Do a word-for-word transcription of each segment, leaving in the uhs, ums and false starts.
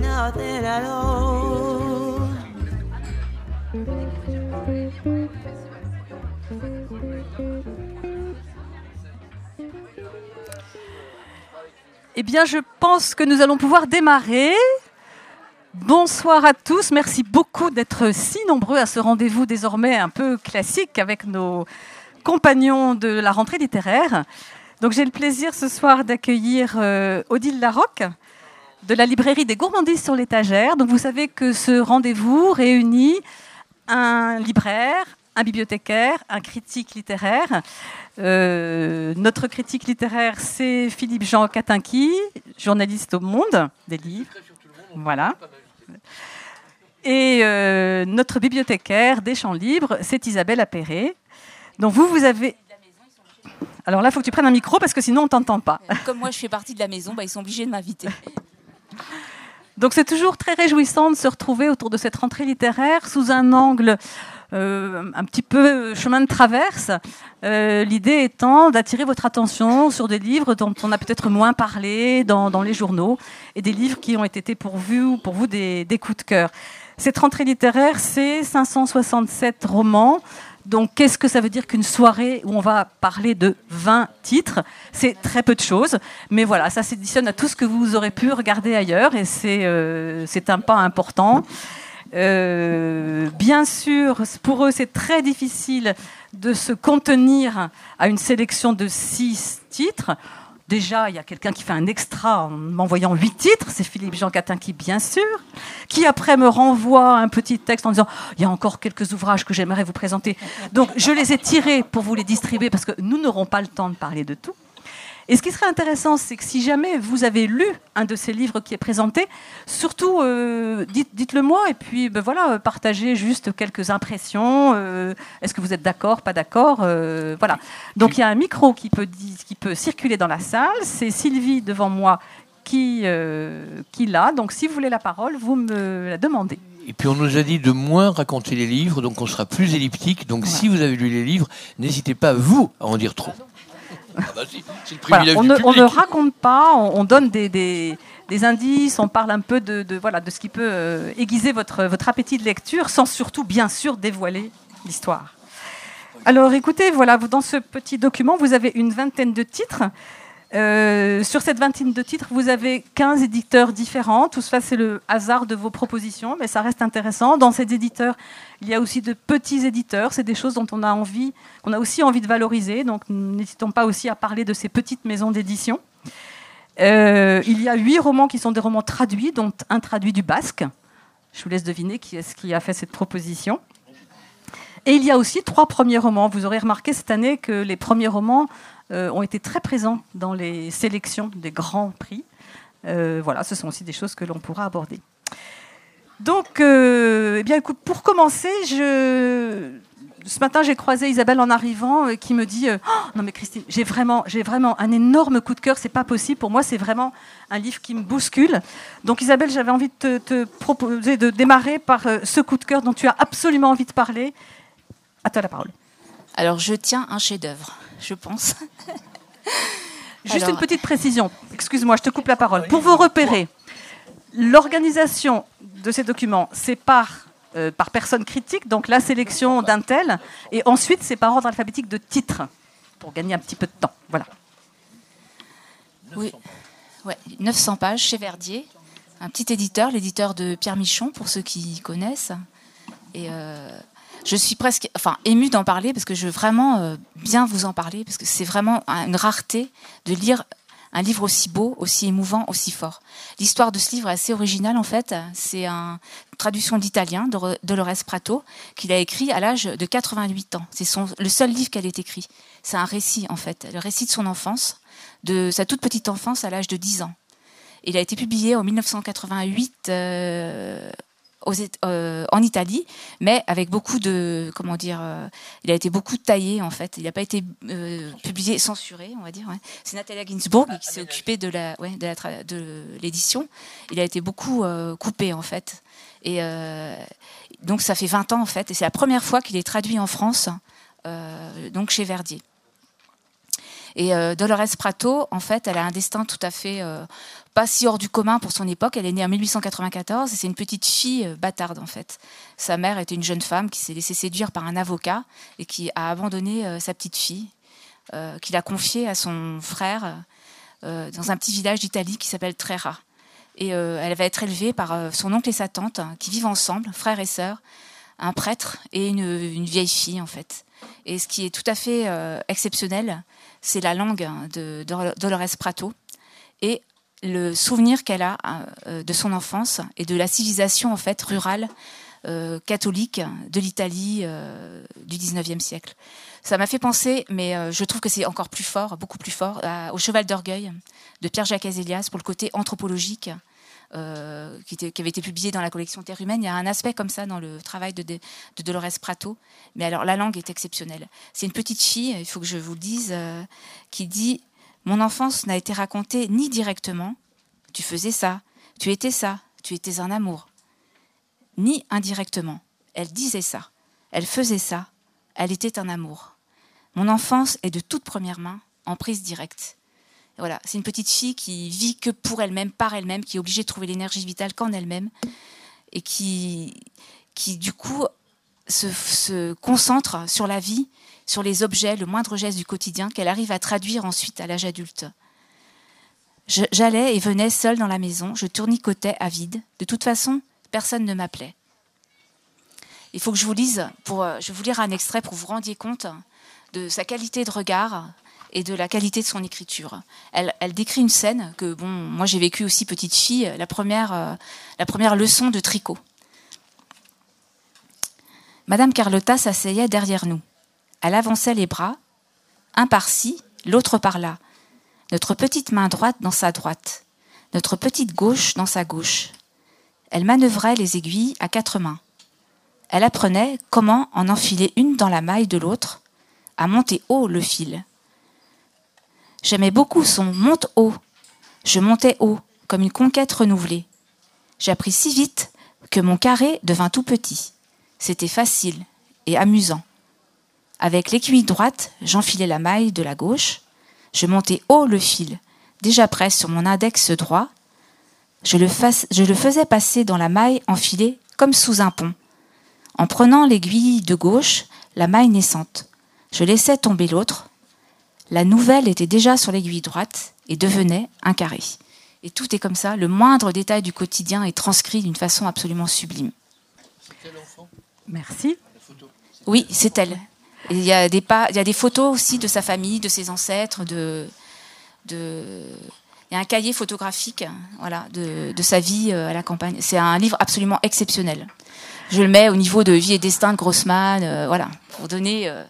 nothing at all. Eh bien, je pense que nous allons pouvoir démarrer. Bonsoir à tous. Merci beaucoup d'être si nombreux à ce rendez-vous désormais un peu classique avec nos compagnons de la rentrée littéraire. Donc, j'ai le plaisir ce soir d'accueillir euh, Odile Larocque de la librairie des Gourmandises sur l'étagère. Donc, vous savez que ce rendez-vous réunit un libraire, un bibliothécaire, un critique littéraire. Euh, notre critique littéraire, c'est Philippe-Jean Catinqui, journaliste au Monde des livres. Voilà. Et euh, notre bibliothécaire des Champs Libres, c'est Isabelle Appéré. Donc vous, vous avez... Alors là, il faut que tu prennes un micro parce que sinon, on ne t'entend pas. Comme moi, je fais partie de la maison, bah, ils sont obligés de m'inviter. Donc c'est toujours très réjouissant de se retrouver autour de cette rentrée littéraire sous un angle euh, un petit peu chemin de traverse. Euh, l'idée étant d'attirer votre attention sur des livres dont on a peut-être moins parlé dans, dans les journaux et des livres qui ont été pour vous, pour vous des, des coups de cœur. Cette rentrée littéraire, c'est cinq cent soixante-sept romans. Donc, qu'est-ce que ça veut dire qu'une soirée où on va parler de vingt titres ? C'est très peu de choses, mais voilà, ça s'additionne à tout ce que vous aurez pu regarder ailleurs et c'est, euh, c'est un pas important. Euh, bien sûr, pour eux, c'est très difficile de se contenir à une sélection de six titres. Déjà, il y a quelqu'un qui fait un extra en m'envoyant huit titres, c'est Philippe-Jean Catinqui, bien sûr, qui après me renvoie un petit texte en disant « Il y a encore quelques ouvrages que j'aimerais vous présenter ». Donc, je les ai tirés pour vous les distribuer parce que nous n'aurons pas le temps de parler de tout. Et ce qui serait intéressant, c'est que si jamais vous avez lu un de ces livres qui est présenté, surtout euh, dites, dites-le moi et puis ben voilà, partagez juste quelques impressions. Euh, est-ce que vous êtes d'accord, pas d'accord euh, Voilà. Donc il y a un micro qui peut, qui peut circuler dans la salle. C'est Sylvie devant moi qui, euh, qui l'a. Donc si vous voulez la parole, vous me la demandez. Et puis on nous a dit de moins raconter les livres, donc on sera plus elliptique. Donc voilà. Si vous avez lu les livres, n'hésitez pas, vous, à en dire trop. Ah bah si, c'est le privilège voilà, on, du ne, on ne public. raconte pas, on, on donne des, des, des indices, on parle un peu de, de, voilà, de ce qui peut euh, aiguiser votre, votre appétit de lecture, sans surtout, bien sûr, dévoiler l'histoire. Alors écoutez, voilà, vous, dans ce petit document, vous avez une vingtaine de titres. Euh, sur cette vingtaine de titres, vous avez quinze éditeurs différents. Tout ça, c'est le hasard de vos propositions, mais ça reste intéressant. Dans ces éditeurs, il y a aussi de petits éditeurs. C'est des choses dont on a envie, qu'on a aussi envie de valoriser. Donc, n'hésitons pas aussi à parler de ces petites maisons d'édition. Euh, il y a huit romans qui sont des romans traduits, dont un traduit du basque. Je vous laisse deviner qui est-ce qui a fait cette proposition. Et il y a aussi trois premiers romans. Vous aurez remarqué cette année que les premiers romans euh, ont été très présents dans les sélections des grands prix. Euh, voilà, ce sont aussi des choses que l'on pourra aborder. Donc, euh, eh bien, écoute, pour commencer, je... ce matin, j'ai croisé Isabelle en arrivant euh, qui me dit euh, oh, « Non mais Christine, j'ai vraiment, j'ai vraiment un énorme coup de cœur, c'est pas possible. Pour moi, c'est vraiment un livre qui me bouscule. » Donc Isabelle, j'avais envie de te, te proposer de démarrer par euh, ce coup de cœur dont tu as absolument envie de parler. À toi la parole. Alors, je tiens un chef-d'œuvre, je pense. Juste Alors... une petite précision. Excuse-moi, je te coupe la parole. Pour vous repérer, l'organisation de ces documents, c'est par, euh, par personne critique, donc la sélection d'un tel, et ensuite, c'est par ordre alphabétique de titres, pour gagner un petit peu de temps. Voilà. Oui, ouais, neuf cents pages chez Verdier, un petit éditeur, l'éditeur de Pierre Michon, pour ceux qui connaissent. Et... Euh... Je suis presque enfin, émue d'en parler parce que je veux vraiment euh, bien vous en parler parce que c'est vraiment une rareté de lire un livre aussi beau, aussi émouvant, aussi fort. L'histoire de ce livre est assez originale en fait. C'est un, une traduction d'italien de Dolores Prato qu'il a écrit à l'âge de quatre-vingt-huit ans. C'est son, le seul livre qu'elle ait écrit. C'est un récit en fait, le récit de son enfance, de sa toute petite enfance à l'âge de dix ans. Il a été publié en mille neuf cent quatre-vingt-huit euh, Aux, euh, en Italie, mais avec beaucoup de, comment dire, euh, il a été beaucoup taillé en fait. Il n'a pas été euh, publié, censuré, on va dire. Ouais. C'est Natalia Ginzburg qui s'est occupée de la, ouais, de, la tra- de l'édition. Il a été beaucoup euh, coupé en fait. Et euh, donc ça fait vingt ans en fait, et c'est la première fois qu'il est traduit en France, euh, donc chez Verdier. Et euh, Dolores Prato, en fait, elle a un destin tout à fait euh, pas si hors du commun pour son époque. Elle est née en mille huit cent quatre-vingt-quatorze et c'est une petite fille euh, bâtarde en fait. Sa mère était une jeune femme qui s'est laissée séduire par un avocat et qui a abandonné euh, sa petite fille, euh, qu'il a confiée à son frère euh, dans un petit village d'Italie qui s'appelle Trera. Et euh, elle va être élevée par euh, son oncle et sa tante hein, qui vivent ensemble, frère et sœur, un prêtre et une, une vieille fille en fait. Et ce qui est tout à fait euh, exceptionnel, c'est la langue de, de Dolores Prato et le souvenir qu'elle a euh, de son enfance et de la civilisation en fait rurale euh, catholique de l'Italie euh, du dix-neuvième siècle. Ça m'a fait penser, mais euh, je trouve que c'est encore plus fort, beaucoup plus fort, à, au Cheval d'Orgueil de Pierre-Jacques Azélias pour le côté anthropologique euh, qui, était, qui avait été publié dans la collection Terre humaine. Il y a un aspect comme ça dans le travail de, de, de Dolores Prato. Mais alors la langue est exceptionnelle. C'est une petite fille, il faut que je vous le dise, euh, qui dit « Mon enfance n'a été racontée ni directement, tu faisais ça, tu étais ça, tu étais un amour, ni indirectement. Elle disait ça, elle faisait ça, elle était un amour. Mon enfance est de toute première main, en prise directe. » Voilà, c'est une petite fille qui vit que pour elle-même, par elle-même, qui est obligée de trouver l'énergie vitale qu'en elle-même, et qui, qui du coup, se, se concentre sur la vie, sur les objets, le moindre geste du quotidien, qu'elle arrive à traduire ensuite à l'âge adulte. Je, j'allais et venais seule dans la maison, je tournicotais à vide. De toute façon, personne ne m'appelait. Il faut que je vous lise, pour, je vais vous lire un extrait pour que vous vous rendiez compte de sa qualité de regard et de la qualité de son écriture. Elle, elle décrit une scène que, bon, moi j'ai vécu aussi petite fille, la première, euh, la première leçon de tricot. Madame Carlotta s'asseyait derrière nous. Elle avançait les bras, un par-ci, l'autre par-là. Notre petite main droite dans sa droite, notre petite gauche dans sa gauche. Elle manœuvrait les aiguilles à quatre mains. Elle apprenait comment en enfiler une dans la maille de l'autre, à monter haut le fil. J'aimais beaucoup son « monte haut ». Je montais haut, comme une conquête renouvelée. J'appris si vite que mon carré devint tout petit. C'était facile et amusant. Avec l'aiguille droite, j'enfilais la maille de la gauche. Je montais haut le fil, déjà prêt sur mon index droit. Je le, fas- je le faisais passer dans la maille enfilée comme sous un pont. En prenant l'aiguille de gauche, la maille naissante, je laissais tomber l'autre. La nouvelle était déjà sur l'aiguille droite et devenait un carré. Et tout est comme ça, le moindre détail du quotidien est transcrit d'une façon absolument sublime. C'est quel enfant ? Merci. Oui, c'est elle. Et il y a des pas, il y a des photos aussi de sa famille, de ses ancêtres, de, de... il y a un cahier photographique, voilà, de, de sa vie à la campagne. C'est un livre absolument exceptionnel. Je le mets au niveau de Vie et Destin de Grossman, euh, voilà, pour donner. Euh...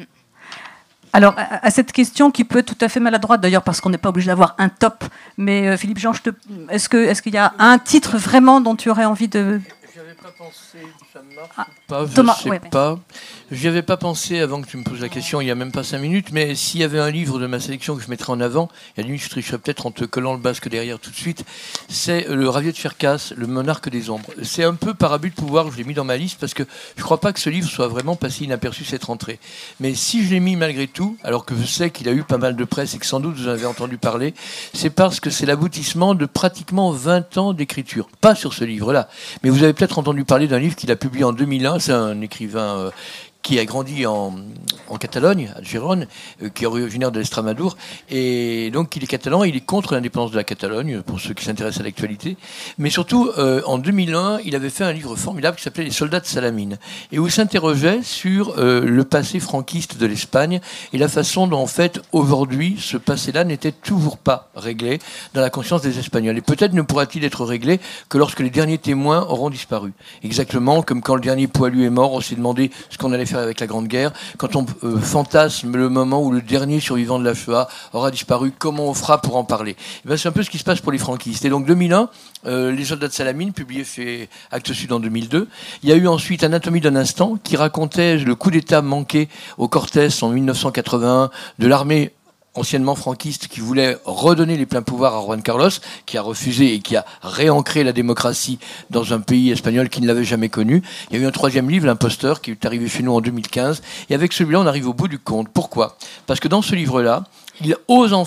Alors, à, à cette question qui peut être tout à fait maladroite d'ailleurs, parce qu'on n'est pas obligé d'avoir un top, mais euh, Philippe Jean, je te... est-ce que, est-ce qu'il y a un titre vraiment dont tu aurais envie de... J'y avais pas pensé, ça marche Ah, pas, je Thomas, sais ouais, pas. J'y avais pas pensé avant que tu me poses la question, il y a même pas cinq minutes, mais s'il y avait un livre de ma sélection que je mettrais en avant, et à la limite je tricherais peut-être en te collant le basque derrière tout de suite, c'est le Ravier de Cherkass, le monarque des ombres. C'est un peu par abus de pouvoir, je l'ai mis dans ma liste parce que je crois pas que ce livre soit vraiment passé inaperçu cette rentrée. Mais si je l'ai mis malgré tout, alors que je sais qu'il a eu pas mal de presse et que sans doute vous en avez entendu parler, c'est parce que c'est l'aboutissement de pratiquement vingt ans d'écriture. Pas sur ce livre-là, mais vous avez peut-être entendu parler d'un livre qu'il a publié en deux mille un, c'est un écrivain euh, qui a grandi en, en Catalogne, à Gérone, euh, qui est originaire de l'Estramadour, et donc il est catalan, il est contre l'indépendance de la Catalogne, pour ceux qui s'intéressent à l'actualité, mais surtout, euh, en deux mille un, il avait fait un livre formidable qui s'appelait « Les soldats de Salamine », et où il s'interrogeait sur euh, le passé franquiste de l'Espagne, et la façon dont, en fait, aujourd'hui, ce passé-là n'était toujours pas réglé dans la conscience des Espagnols. Et peut-être ne pourra-t-il être réglé que lorsque les derniers témoins auront disparu. Exactement comme quand le dernier poilu est mort, on s'est demandé ce qu'on allait faire avec la Grande Guerre. Quand on euh, fantasme le moment où le dernier survivant de la Shoah aura disparu, comment on fera pour en parler ? Et ben, c'est un peu ce qui se passe pour les franquistes. Et donc deux mille un, euh, Les soldats de Salamine, publié chez Actes Sud en deux mille deux. Il y a eu ensuite Anatomie d'un instant, qui racontait le coup d'État manqué au Cortés en mille neuf cent quatre-vingt-un de l'armée anciennement franquiste qui voulait redonner les pleins pouvoirs à Juan Carlos, qui a refusé et qui a réancré la démocratie dans un pays espagnol qui ne l'avait jamais connu. Il y a eu un troisième livre, L'Imposteur, qui est arrivé chez nous en deux mille quinze. Et avec celui-là, on arrive au bout du compte. Pourquoi ? Parce que dans ce livre-là, il ose enfin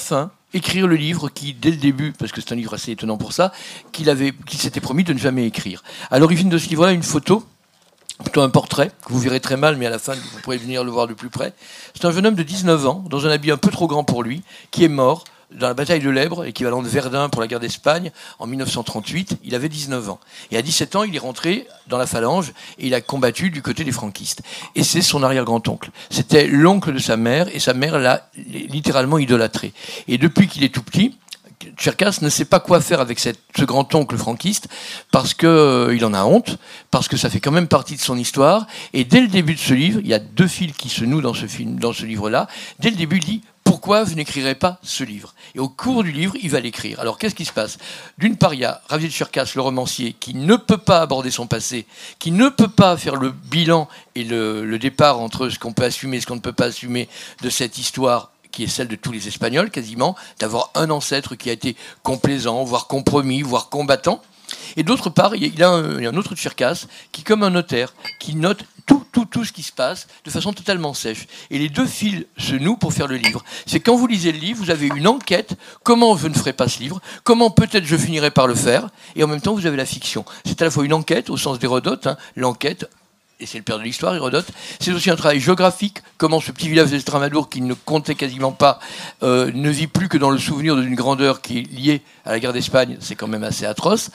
écrire le livre qui, dès le début, parce que c'est un livre assez étonnant pour ça, qu'il avait, qu'il s'était promis de ne jamais écrire. À l'origine de ce livre-là, une photo, plutôt un portrait, que vous verrez très mal, mais à la fin, vous pourrez venir le voir de plus près. C'est un jeune homme de dix-neuf ans, dans un habit un peu trop grand pour lui, qui est mort dans la bataille de l'Èbre, équivalent de Verdun pour la guerre d'Espagne, en mille neuf cent trente-huit. Il avait dix-neuf ans. Et à dix-sept ans, il est rentré dans la phalange et il a combattu du côté des franquistes. Et c'est son arrière-grand-oncle. C'était l'oncle de sa mère, et sa mère l'a littéralement idolâtré. Et depuis qu'il est tout petit, Tcherkas ne sait pas quoi faire avec cette, ce grand-oncle franquiste, parce qu'il euh, en a honte, parce que ça fait quand même partie de son histoire. Et dès le début de ce livre, il y a deux fils qui se nouent dans ce, film, dans ce livre-là. Dès le début, il dit « Pourquoi vous n'écrirez pas ce livre ?» Et au cours du livre, il va l'écrire. Alors, qu'est-ce qui se passe ? D'une part, il y a Javier Tcherkas, le romancier, qui ne peut pas aborder son passé, qui ne peut pas faire le bilan et le, le départ entre ce qu'on peut assumer et ce qu'on ne peut pas assumer de cette histoire qui est celle de tous les Espagnols, quasiment, d'avoir un ancêtre qui a été complaisant, voire compromis, voire combattant. Et d'autre part, il y a un, un autre Tcherkas qui, comme un notaire, qui note tout, tout, tout ce qui se passe de façon totalement sèche. Et les deux fils se nouent pour faire le livre. C'est quand vous lisez le livre, vous avez une enquête, comment je ne ferai pas ce livre, comment peut-être je finirai par le faire, et en même temps vous avez la fiction. C'est à la fois une enquête, au sens d'Hérodote, hein, l'enquête, et c'est le père de l'histoire, Hérodote. C'est aussi un travail géographique, comment ce petit village d'Estramadour, qui ne comptait quasiment pas, euh, ne vit plus que dans le souvenir d'une grandeur qui est liée à la guerre d'Espagne. C'est quand même assez atroce.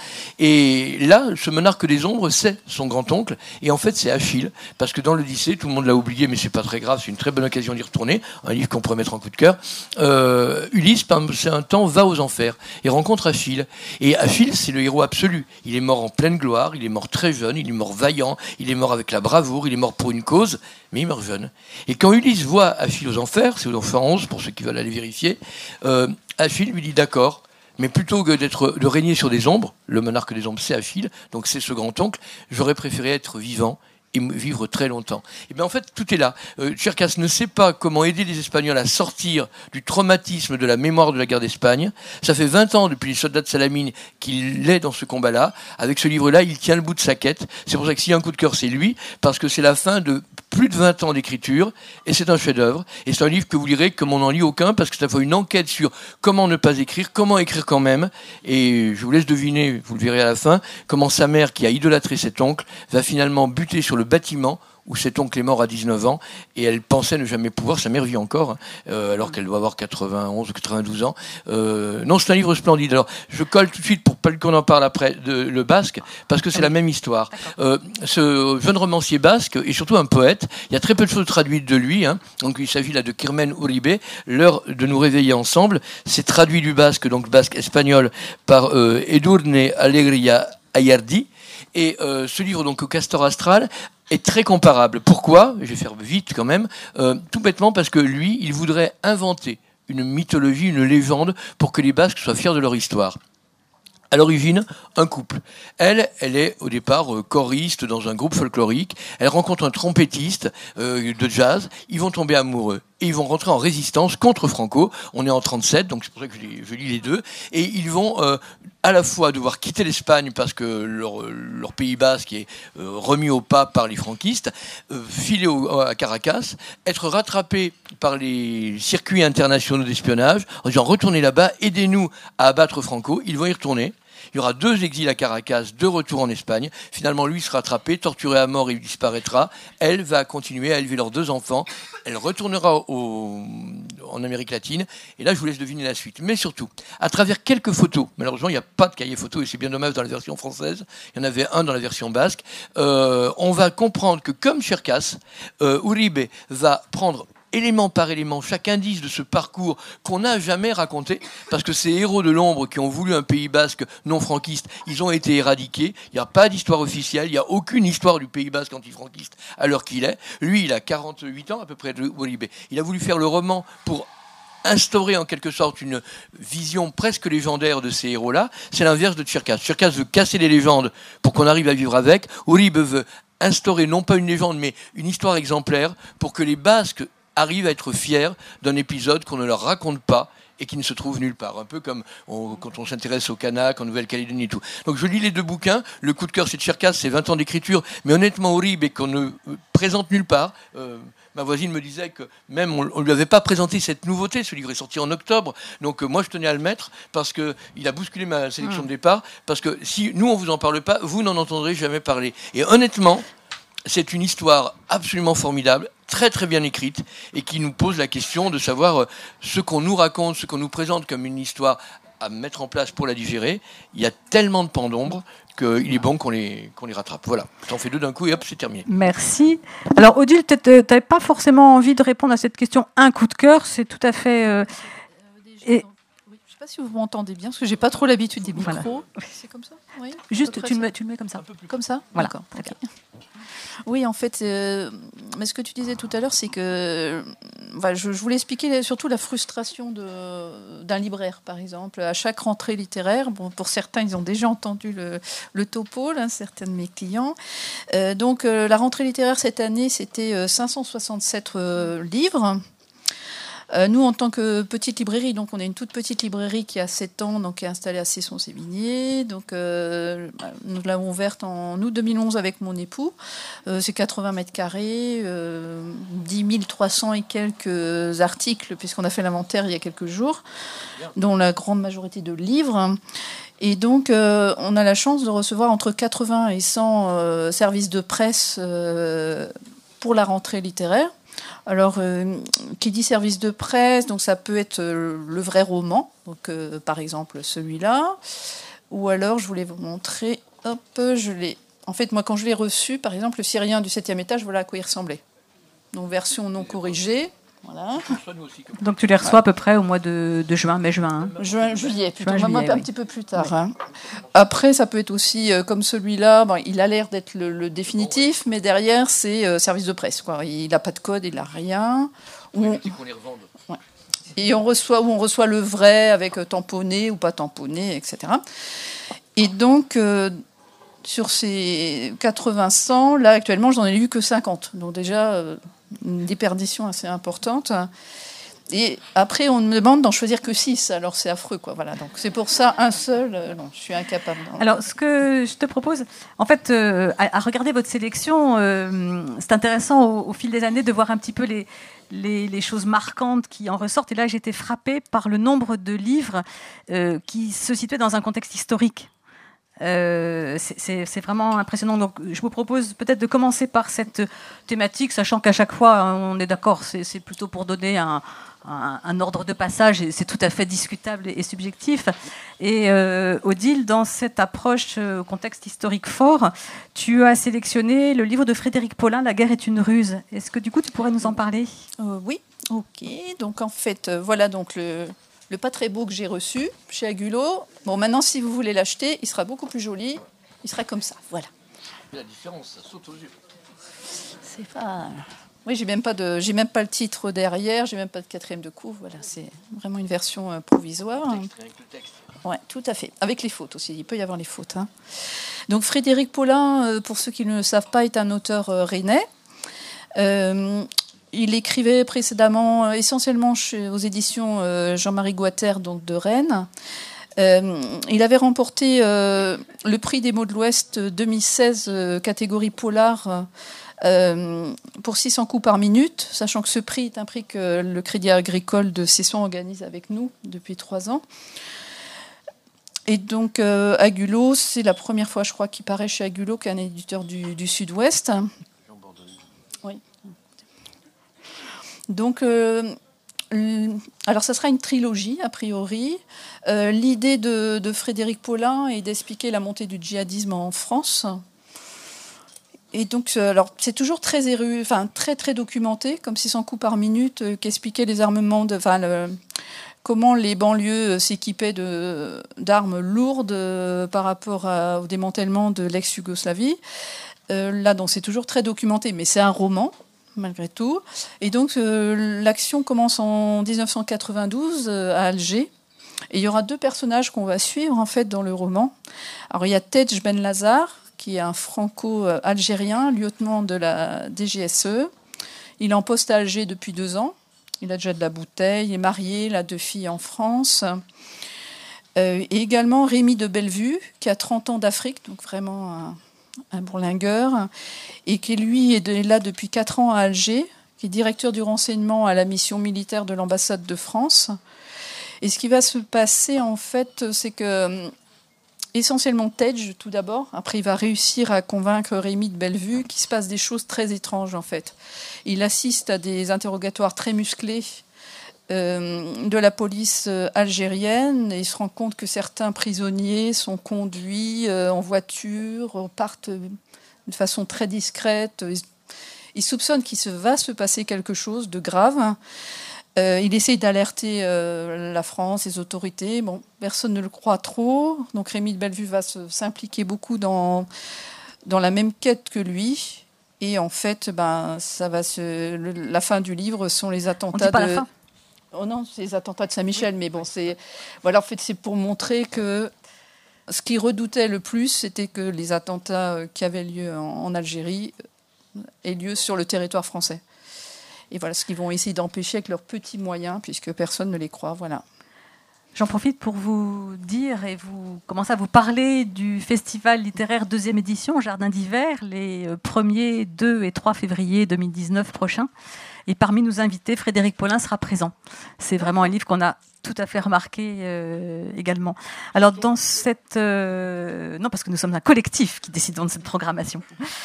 Et là, ce monarque des ombres, c'est son grand-oncle, et en fait, c'est Achille, parce que dans l'Odyssée, tout le monde l'a oublié, mais c'est pas très grave, c'est une très bonne occasion d'y retourner, un livre qu'on pourrait mettre en coup de cœur. Euh, Ulysse, c'est un temps, va aux enfers, et rencontre Achille. Et Achille, c'est le héros absolu. Il est mort en pleine gloire, il est mort très jeune, il est mort vaillant, il est mort avec la bravoure, il est mort pour une cause, mais il meurt jeune. Et quand Ulysse voit Achille aux enfers, c'est aux enfers onze, pour ceux qui veulent aller vérifier, euh, Achille lui dit d'accord, mais plutôt que d'être, de régner sur des ombres, le monarque des ombres c'est Achille, donc c'est ce grand-oncle, j'aurais préféré être vivant et vivre très longtemps. Et bien en fait, tout est là. Euh, Tcherkas ne sait pas comment aider les Espagnols à sortir du traumatisme de la mémoire de la guerre d'Espagne. Ça fait vingt ans depuis les soldats de Salamine qu'il est dans ce combat-là. Avec ce livre-là, il tient le bout de sa quête. C'est pour ça que s'il y a un coup de cœur, c'est lui, parce que c'est la fin de plus de vingt ans d'écriture, et c'est un chef-d'œuvre. Et c'est un livre que vous lirez comme on n'en lit aucun, parce que ça fait une enquête sur comment ne pas écrire, comment écrire quand même. Et je vous laisse deviner, vous le verrez à la fin, comment sa mère, qui a idolâtré cet oncle, va finalement buter sur le bâtiment où cet oncle est mort à dix-neuf ans, et elle pensait ne jamais pouvoir, sa mère vit encore, euh, alors qu'elle doit avoir quatre-vingt-onze ou quatre-vingt-douze ans. Euh, non, c'est un livre splendide. Alors, je colle tout de suite, pour pas qu'on en parle après, de, le basque, parce que c'est la même histoire. Euh, ce jeune romancier basque est surtout un poète. Il y a très peu de choses traduites de lui, hein. Donc il s'agit là de Kirmen Uribe, L'heure de nous réveiller ensemble. C'est traduit du basque, donc basque espagnol, par euh, Edurne Alegria Ayardi. Et euh, ce livre, donc, au Castor Astral, est très comparable. Pourquoi ? Je vais faire vite quand même. Euh, tout bêtement parce que lui, il voudrait inventer une mythologie, une légende, pour que les Basques soient fiers de leur histoire. À l'origine, un couple. Elle, elle est au départ euh, choriste dans un groupe folklorique. Elle rencontre un trompettiste euh, de jazz. Ils vont tomber amoureux. Et ils vont rentrer en résistance contre Franco. On est en trente-sept, donc c'est pour ça que je lis, je lis les deux. Et ils vont euh, à la fois devoir quitter l'Espagne parce que leur, leur Pays basque est euh, remis au pas par les franquistes, euh, filer au, à Caracas, être rattrapés par les circuits internationaux d'espionnage, en disant retournez là-bas, aidez-nous à abattre Franco. Ils vont y retourner. Il y aura deux exils à Caracas, deux retours en Espagne. Finalement, lui sera attrapé, torturé à mort, il disparaîtra. Elle va continuer à élever leurs deux enfants. Elle retournera au, en Amérique latine. Et là, je vous laisse deviner la suite. Mais surtout, à travers quelques photos, malheureusement, il n'y a pas de cahier photo, et c'est bien dommage dans la version française. Il y en avait un dans la version basque. Euh, on va comprendre que, comme Tcherkas, euh, Uribe va prendre élément par élément, chaque indice de ce parcours qu'on n'a jamais raconté, parce que ces héros de l'ombre qui ont voulu un Pays basque non franquiste, ils ont été éradiqués. Il n'y a pas d'histoire officielle, il n'y a aucune histoire du Pays basque anti-franquiste à l'heure qu'il est. Lui, il a quarante-huit ans à peu près de Uribe. Il a voulu faire le roman pour instaurer en quelque sorte une vision presque légendaire de ces héros-là. C'est l'inverse de Tcherkas. Tcherkas veut casser les légendes pour qu'on arrive à vivre avec. Uribe veut instaurer non pas une légende, mais une histoire exemplaire pour que les Basques arrivent à être fiers d'un épisode qu'on ne leur raconte pas et qui ne se trouve nulle part. Un peu comme on, quand on s'intéresse au Kanak, en Nouvelle-Calédonie et tout. Donc je lis les deux bouquins. Le coup de cœur, c'est de Cherkas, c'est vingt ans d'écriture, mais honnêtement horrible et qu'on ne présente nulle part. Euh, ma voisine me disait que même on ne lui avait pas présenté cette nouveauté. Ce livre est sorti en octobre. Donc euh, moi, je tenais à le mettre parce qu'il a bousculé ma sélection mmh. de départ. Parce que si nous, on ne vous en parle pas, vous n'en entendrez jamais parler. Et honnêtement, c'est une histoire absolument formidable, très très bien écrite, et qui nous pose la question de savoir ce qu'on nous raconte, ce qu'on nous présente comme une histoire à mettre en place pour la digérer. Il y a tellement de pans d'ombre qu'il est bon qu'on les, qu'on les rattrape. Voilà, j'en fais deux d'un coup et hop, c'est terminé. Merci. Alors Odile, peut-être tu n'avais pas forcément envie de répondre à cette question. Un coup de cœur, c'est tout à fait... Euh, et... Je ne sais pas si vous m'entendez bien, parce que je n'ai pas trop l'habitude des micros. Voilà. C'est comme ça oui, Juste, tu le, mets, tu le mets comme ça. Comme ça voilà. D'accord. Okay. Oui, en fait, euh, mais ce que tu disais tout à l'heure, c'est que enfin, je, je voulais expliquer surtout la frustration de, d'un libraire, par exemple. À chaque rentrée littéraire, bon, pour certains, ils ont déjà entendu le, le topo, là, certains de mes clients. Euh, donc, euh, la rentrée littéraire cette année, c'était cinq cent soixante-sept euh, livres. Euh, nous, en tant que petite librairie, donc on est une toute petite librairie qui a sept ans, donc qui est installée à Cesson-Sévigné. Donc, euh, nous l'avons ouverte en août deux mille onze avec mon époux. Euh, c'est quatre-vingts mètres carrés, euh, dix mille trois cents et quelques articles, puisqu'on a fait l'inventaire il y a quelques jours, dont la grande majorité de livres. Et donc, euh, on a la chance de recevoir entre quatre-vingts et cent euh, services de presse euh, pour la rentrée littéraire. Alors, euh, qui dit service de presse, donc ça peut être euh, le vrai roman, donc euh, par exemple celui-là, ou alors je voulais vous montrer, hop, je l'ai. En fait, moi, quand je l'ai reçu, par exemple, le Syrien du septième étage, voilà à quoi il ressemblait. Donc version non corrigée. Voilà. Donc tu les reçois à peu près au mois de, de juin, mai-juin. Hein. Juin, juillet, plutôt, juin, juillet, juillet, un oui. petit peu plus tard. Hein. Après, ça peut être aussi euh, comme celui-là. Bon, il a l'air d'être le, le définitif, mais derrière, c'est euh, service de presse. Quoi. Il n'a pas de code, il n'a rien. Oui, on... c'est qu'on les revende. Ouais. Et on reçoit, ou on reçoit le vrai avec euh, tamponné ou pas tamponné, et cetera. Et donc, euh, sur ces quatre-vingts cents, là, actuellement, j'en ai lu que cinquante. Donc déjà, euh, une déperdition assez importante. Et après, on me demande d'en choisir que six. Alors, c'est affreux, quoi. Voilà. Donc, c'est pour ça, un seul, euh, non, je suis incapable. Alors, ce que je te propose, en fait, euh, à, à regarder votre sélection, euh, c'est intéressant au, au fil des années de voir un petit peu les, les, les choses marquantes qui en ressortent. Et là, j'ai été frappée par le nombre de livres euh, qui se situaient dans un contexte historique. Euh, c'est, c'est, c'est vraiment impressionnant. Donc, je vous propose peut-être de commencer par cette thématique, sachant qu'à chaque fois, hein, on est d'accord, c'est, c'est plutôt pour donner un, un, un ordre de passage, et c'est tout à fait discutable et, et subjectif. Et euh, Odile, dans cette approche euh, au contexte historique fort, tu as sélectionné le livre de Frédéric Paulin, La guerre est une ruse. Est-ce que du coup, tu pourrais nous en parler ? euh, Oui, ok. Donc, en fait, euh, voilà donc le... Le pas très beau que j'ai reçu chez Agulot. Bon, maintenant, si vous voulez l'acheter, il sera beaucoup plus joli. Il sera comme ça, voilà. La différence, ça saute aux yeux. C'est pas... Oui, j'ai même pas de, j'ai même pas le titre derrière, j'ai même pas de quatrième de couve. Voilà, c'est vraiment une version euh, provisoire. Le texte, avec le texte. Ouais, tout à fait. Avec les fautes aussi. Il peut y avoir les fautes. Hein. Donc, Frédéric Paulin, euh, pour ceux qui ne le savent pas, est un auteur euh, rennais. Euh, Il écrivait précédemment euh, essentiellement chez, aux éditions euh, Jean-Marie Guater, donc de Rennes. Euh, il avait remporté euh, le prix des mots de l'Ouest deux mille seize, euh, catégorie polar, euh, pour six cents coups par minute, sachant que ce prix est un prix que le Crédit Agricole de Cesson organise avec nous depuis trois ans. Et donc, euh, Agulot, c'est la première fois, je crois, qu'il paraît chez Agulot, qui est un éditeur du, du Sud-Ouest. Oui. Donc, euh, alors ça sera une trilogie, a priori. Euh, l'idée de, de Frédéric Paulin est d'expliquer la montée du djihadisme en France. Et donc, alors, c'est toujours très, éru, enfin, très, très documenté, comme six cents coups par minute, euh, qu'expliquait les armements, de, enfin, le, comment les banlieues s'équipaient de, d'armes lourdes euh, par rapport à, au démantèlement de l'ex-Yougoslavie. Euh, là, donc, c'est toujours très documenté, mais c'est un roman, malgré tout. Et donc, euh, l'action commence en dix-neuf cent quatre-vingt-douze euh, à Alger. Et il y aura deux personnages qu'on va suivre, en fait, dans le roman. Alors, il y a Tej Ben Lazar, qui est un franco-algérien, lieutenant de la D G S E. Il est en poste à Alger depuis deux ans. Il a déjà de la bouteille, il est marié, il a deux filles en France. Euh, et également Rémi de Bellevue, qui a trente ans d'Afrique, donc vraiment un, un bourlingueur, et qui lui est de, là depuis quatre ans à Alger, qui est directeur du renseignement à la mission militaire de l'ambassade de France. Et ce qui va se passer, en fait, c'est que, essentiellement Tej, tout d'abord, après il va réussir à convaincre Rémi de Bellevue qu'il se passe des choses très étranges, en fait. Il assiste à des interrogatoires très musclés euh, de la police algérienne, et il se rend compte que certains prisonniers sont conduits euh, en voiture, partent de façon très discrète. Il, il soupçonne qu'il se, va se passer quelque chose de grave. Euh, il essaye d'alerter euh, la France, les autorités. Bon, personne ne le croit trop. Donc Rémi de Bellevue va se, s'impliquer beaucoup dans, dans la même quête que lui. Et en fait, ben, ça va se, le, la fin du livre sont les attentats. On dit pas de... la fin. Oh non, c'est les attentats de Saint-Michel. Mais bon, c'est voilà. En fait, c'est pour montrer que ce qu'il redoutait le plus, c'était que les attentats qui avaient lieu en, en Algérie aient lieu sur le territoire français. Et voilà ce qu'ils vont essayer d'empêcher avec leurs petits moyens, puisque personne ne les croit. Voilà. J'en profite pour vous dire et vous commencer à vous parler du festival littéraire deuxième édition Jardin d'hiver, les premiers, deux et trois février deux mille dix-neuf prochains. Et parmi nos invités, Frédéric Paulin sera présent. C'est vraiment un livre qu'on a tout à fait remarqué euh, également. Alors dans cette... Euh, non, parce que nous sommes un collectif qui décidons de cette programmation.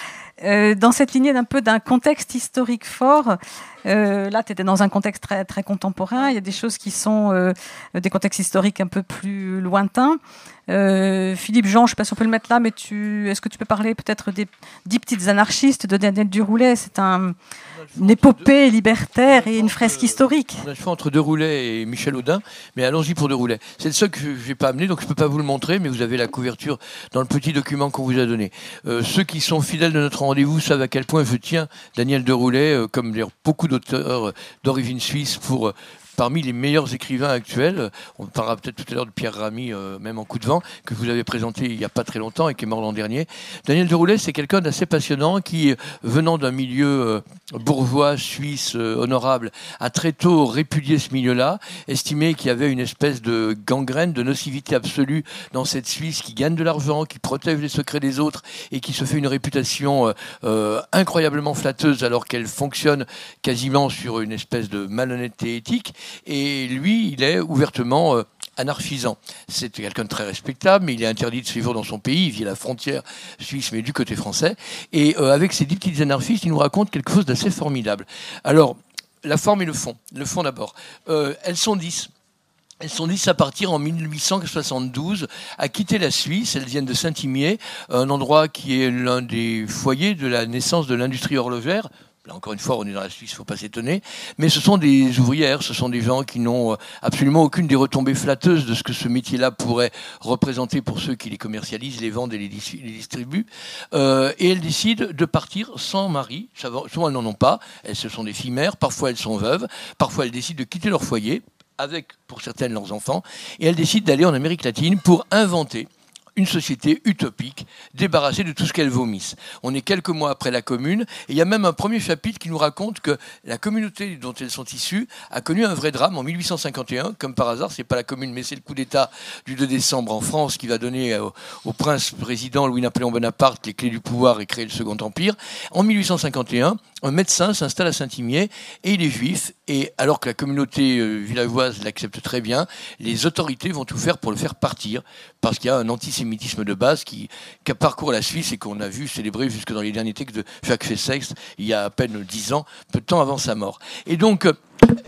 Euh, dans cette lignée d'un peu d'un contexte historique fort, euh, là tu étais dans un contexte très, très contemporain, il y a des choses qui sont euh, des contextes historiques un peu plus lointains. Euh, Philippe Jean, je ne sais pas si on peut le mettre là, mais tu, est-ce que tu peux parler peut-être des dix petites anarchistes de Daniel Duroulet? C'est un, une épopée libertaire et une fresque historique. On a le choix entre Deroulet et Michel Audin, mais allons-y pour Deroulet. C'est le seul que je n'ai pas amené, donc je ne peux pas vous le montrer, mais vous avez la couverture dans le petit document qu'on vous a donné. Euh, ceux qui sont fidèles de notre rendez-vous savent à quel point je tiens Daniel Deroulet, euh, comme beaucoup d'auteurs d'origine suisse, pour... Euh, parmi les meilleurs écrivains actuels. On parlera peut-être tout à l'heure de Pierre Ramy, euh, même en coup de vent, que vous avez présenté il n'y a pas très longtemps et qui est mort l'an dernier. Daniel Deroulet, c'est quelqu'un d'assez passionnant qui, venant d'un milieu euh, bourgeois, suisse, euh, honorable, a très tôt répudié ce milieu-là, estimé qu'il y avait une espèce de gangrène, de nocivité absolue dans cette Suisse qui gagne de l'argent, qui protège les secrets des autres et qui se fait une réputation euh, euh, incroyablement flatteuse alors qu'elle fonctionne quasiment sur une espèce de malhonnêteté éthique. Et lui, il est ouvertement euh, anarchisant. C'est quelqu'un de très respectable, mais il est interdit de séjour dans son pays. Il vit à la frontière suisse, mais du côté français. Et euh, avec ces dix petites anarchistes, il nous raconte quelque chose d'assez formidable. Alors, la forme et le fond. Le fond d'abord. Euh, elles sont dix. Elles sont dix à partir en mille huit cent soixante-douze à quitter la Suisse. Elles viennent de Saint-Imier, un endroit qui est l'un des foyers de la naissance de l'industrie horlogère. Là, encore une fois, on est dans la Suisse, il ne faut pas s'étonner. Mais ce sont des ouvrières, ce sont des gens qui n'ont absolument aucune des retombées flatteuses de ce que ce métier-là pourrait représenter pour ceux qui les commercialisent, les vendent et les, dis- les distribuent. Euh, et elles décident de partir sans mari. Souvent, elles n'en ont pas. Elles, ce sont des filles mères. Parfois, elles sont veuves. Parfois, elles décident de quitter leur foyer, avec, pour certaines, leurs enfants. Et elles décident d'aller en Amérique latine pour inventer une société utopique, débarrassée de tout ce qu'elles vomissent. On est quelques mois après la Commune, et il y a même un premier chapitre qui nous raconte que la communauté dont elles sont issues a connu un vrai drame en mille huit cent cinquante et un, comme par hasard, c'est pas la Commune, mais c'est le coup d'État du deux décembre en France qui va donner au, au prince-président Louis-Napoléon Bonaparte les clés du pouvoir et créer le Second Empire. En mille huit cent cinquante et un, un médecin s'installe à Saint-Imier, et il est juif, et alors que la communauté euh, villageoise l'accepte très bien, les autorités vont tout faire pour le faire partir, parce qu'il y a un antisémitisme de base qui, qui parcourt la Suisse et qu'on a vu célébrer jusque dans les derniers textes de Jacques Fessex il y a à peine dix ans, peu de temps avant sa mort. Et donc, euh,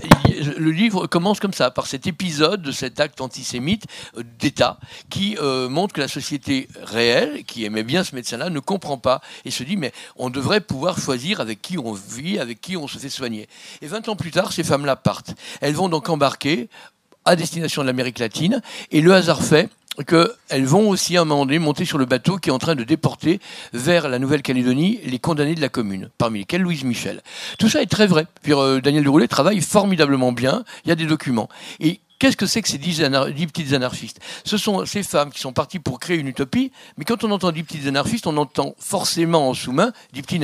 le livre commence comme ça, par cet épisode de cet acte antisémite euh, d'État qui euh, montre que la société réelle, qui aimait bien ce médecin-là, ne comprend pas et se dit mais on devrait pouvoir choisir avec qui on vit, avec qui on se fait soigner. Et vingt ans plus tard, ces femmes-là partent. Elles vont donc embarquer à destination de l'Amérique latine et le hasard fait qu'elles vont aussi à un moment donné monter sur le bateau qui est en train de déporter vers la Nouvelle-Calédonie les condamnés de la Commune, parmi lesquels Louise Michel. Tout ça est très vrai. Puis, euh, Daniel Deroulet travaille formidablement bien, il y a des documents. Et qu'est-ce que c'est que ces dix, anar- dix petites anarchistes ? Ce sont ces femmes qui sont parties pour créer une utopie, mais quand on entend dix petites anarchistes, on entend forcément en sous-main dix petits nègres.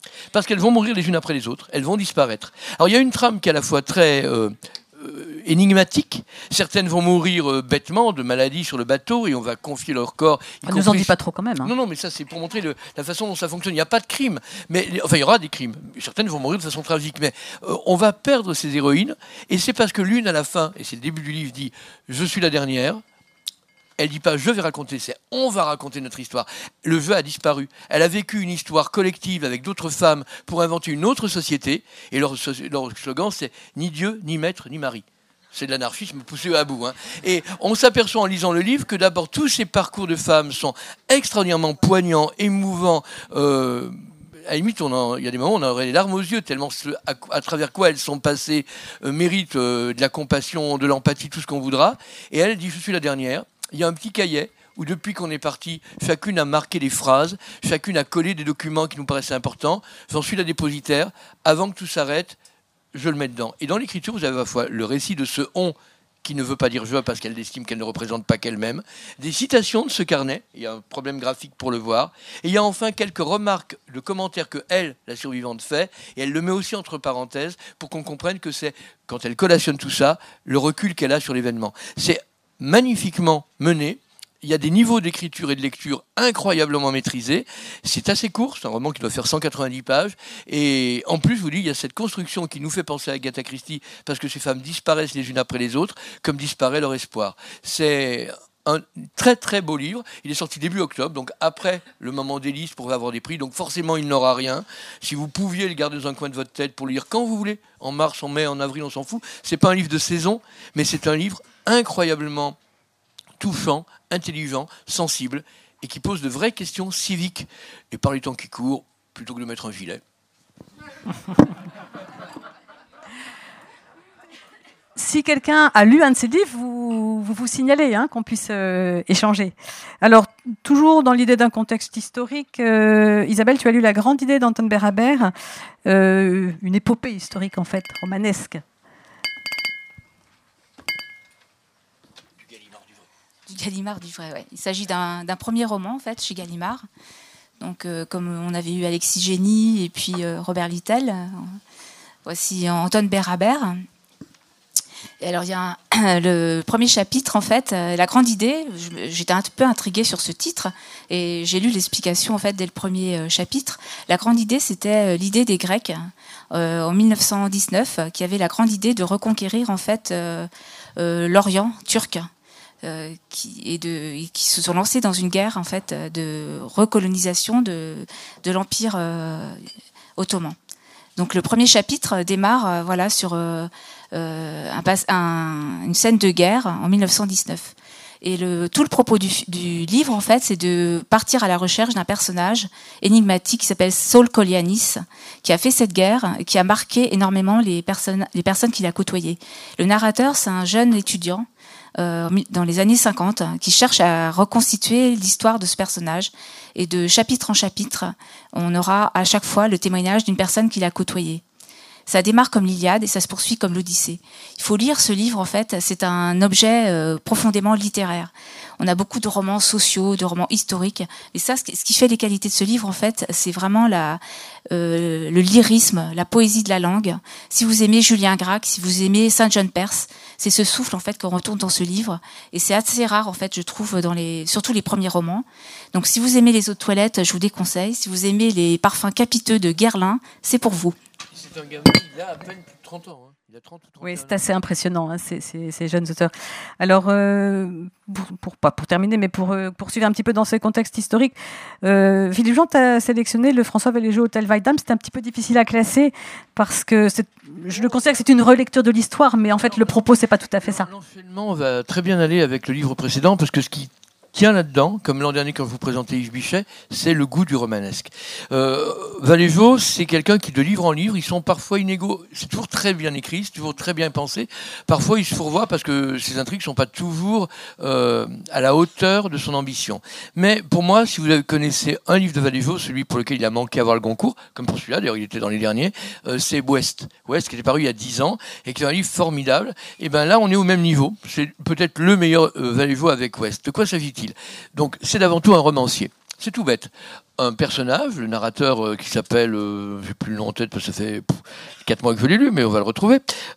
Parce qu'elles vont mourir les unes après les autres, elles vont disparaître. Alors il y a une trame qui est à la fois très euh, euh, énigmatique. Certaines vont mourir euh, bêtement de maladies sur le bateau et on va confier leur corps. On ne nous en dit pas trop quand même. Hein. Non, non, mais ça c'est pour montrer le, la façon dont ça fonctionne. Il n'y a pas de crime, mais enfin il y aura des crimes. Certaines vont mourir de façon tragique, mais euh, on va perdre ces héroïnes. Et c'est parce que l'une à la fin, et c'est le début du livre, dit « Je suis la dernière ». Elle dit pas « je vais raconter », c'est « on va raconter notre histoire ». Le jeu a disparu. Elle a vécu une histoire collective avec d'autres femmes pour inventer une autre société. Et leur, leur slogan, c'est « ni Dieu, ni maître, ni mari ». C'est de l'anarchisme poussé à bout. Hein. Et on s'aperçoit en lisant le livre que d'abord, tous ces parcours de femmes sont extraordinairement poignants, émouvants. Euh, à la limite, on en, il y a des moments où on aurait les larmes aux yeux, tellement ce, à, à travers quoi elles sont passées euh, méritent euh, de la compassion, de l'empathie, tout ce qu'on voudra. Et elle dit « je suis la dernière ». Il y a un petit cahier où depuis qu'on est parti, chacune a marqué des phrases, chacune a collé des documents qui nous paraissaient importants. J'en suis la dépositaire. Avant que tout s'arrête, je le mets dedans. Et dans l'écriture, vous avez à la fois le récit de ce « on » qui ne veut pas dire « je » parce qu'elle estime qu'elle ne représente pas qu'elle-même, des citations de ce carnet, il y a un problème graphique pour le voir, et il y a enfin quelques remarques, de commentaires que elle, la survivante, fait, et elle le met aussi entre parenthèses pour qu'on comprenne que c'est, quand elle collationne tout ça, le recul qu'elle a sur l'événement. C'est magnifiquement mené. Il y a des niveaux d'écriture et de lecture incroyablement maîtrisés. C'est assez court, c'est un roman qui doit faire cent quatre-vingt-dix pages. Et en plus, je vous dis, il y a cette construction qui nous fait penser à Agatha Christie, parce que ces femmes disparaissent les unes après les autres, comme disparaît leur espoir. C'est un très très beau livre. Il est sorti début octobre, donc après le moment d'Élise pour avoir des prix. Donc forcément, il n'aura rien. Si vous pouviez le garder dans un coin de votre tête pour le lire quand vous voulez, en mars, en mai, en avril, on s'en fout. C'est pas un livre de saison, mais c'est un livre incroyablement touchant, intelligent, sensible, et qui pose de vraies questions civiques. Et par les temps qui courent, plutôt que de mettre un gilet. Si quelqu'un a lu un de ces livres, vous vous, vous signalez, hein, qu'on puisse euh, échanger. Alors, toujours dans l'idée d'un contexte historique, euh, Isabelle, tu as lu La Grande Idée d'Anton Bérabère, euh, une épopée historique en fait, romanesque. Gallimard du vrai, ouais. Il s'agit d'un, d'un premier roman en fait chez Gallimard. Donc euh, comme on avait eu Alexis Génie et puis euh, Robert Littel, euh, voici Anton Bérabère. Et alors il y a un, le premier chapitre en fait, euh, la grande idée. Je, j'étais un peu intriguée sur ce titre et j'ai lu l'explication en fait dès le premier euh, chapitre. La grande idée, c'était euh, l'idée des Grecs euh, en mille neuf cent dix-neuf euh, qui avaient la grande idée de reconquérir en fait euh, euh, l'Orient turc. Euh, qui, et, de, et qui se sont lancés dans une guerre en fait de recolonisation de, de l'Empire euh, ottoman. Donc le premier chapitre démarre euh, voilà sur euh, euh, un, un, une scène de guerre en mille neuf cent dix-neuf. Et le, tout le propos du, du livre en fait, c'est de partir à la recherche d'un personnage énigmatique qui s'appelle Saul Kolianis, qui a fait cette guerre, qui a marqué énormément les personnes, les personnes qu'il a côtoyées. Le narrateur, c'est un jeune étudiant. Euh, dans les années cinquante, qui cherche à reconstituer l'histoire de ce personnage. Et de chapitre en chapitre, on aura à chaque fois le témoignage d'une personne qu'il a côtoyée. Ça démarre comme l'Iliade et ça se poursuit comme l'Odyssée. Il faut lire ce livre, en fait, c'est un objet euh, profondément littéraire. On a beaucoup de romans sociaux, de romans historiques. Et ça, ce qui fait les qualités de ce livre, en fait, c'est vraiment la, euh, le lyrisme, la poésie de la langue. Si vous aimez Julien Gracq, si vous aimez Saint John Perse, c'est ce souffle, en fait, qu'on retourne dans ce livre. Et c'est assez rare, en fait, je trouve, dans les, surtout les premiers romans. Donc, si vous aimez Les Eaux de toilette, je vous déconseille. Si vous aimez les parfums capiteux de Guerlain, c'est pour vous. C'est un gamin, il a à peine plus de trente ans. Hein. Il a trente ou trente Oui, ans. c'est assez impressionnant, hein, ces, ces, ces jeunes auteurs. Alors, euh, pour, pour, pas pour terminer, mais pour euh, poursuivre un petit peu dans ce contexte historique, euh, Philippe Jean, tu as sélectionné le François Valéjeux Hôtel Weidam. C'était un petit peu difficile à classer parce que c'est, je le considère que c'est une relecture de l'histoire, mais en fait, le propos, c'est pas tout à fait ça. L'enchaînement va très bien aller avec le livre précédent parce que ce qui tient là-dedans, comme l'an dernier quand je vous présentais Yves Bichet, c'est le goût du romanesque. Euh, Valéjeux, c'est quelqu'un qui, de livre en livre, ils sont parfois inégaux. C'est toujours très bien écrit, c'est toujours très bien pensé. Parfois, il se fourvoie parce que ses intrigues sont pas toujours euh, à la hauteur de son ambition. Mais pour moi, si vous connaissez un livre de Valéjeux, celui pour lequel il a manqué avoir le Goncourt, comme pour celui-là, d'ailleurs il était dans les derniers, euh, c'est Ouest. Ouest, qui était paru il y a dix ans, et qui est un livre formidable. Et ben là, on est au même niveau. C'est peut-être le meilleur euh, Valéjeux avec Ouest. De quoi s'agit-il ? Donc, c'est d'avant tout un romancier. C'est tout bête. Un personnage, le narrateur euh, qui s'appelle, euh, j'ai plus le nom en tête parce que ça fait pff, quatre mois que je l'ai lu, mais on va le retrouver,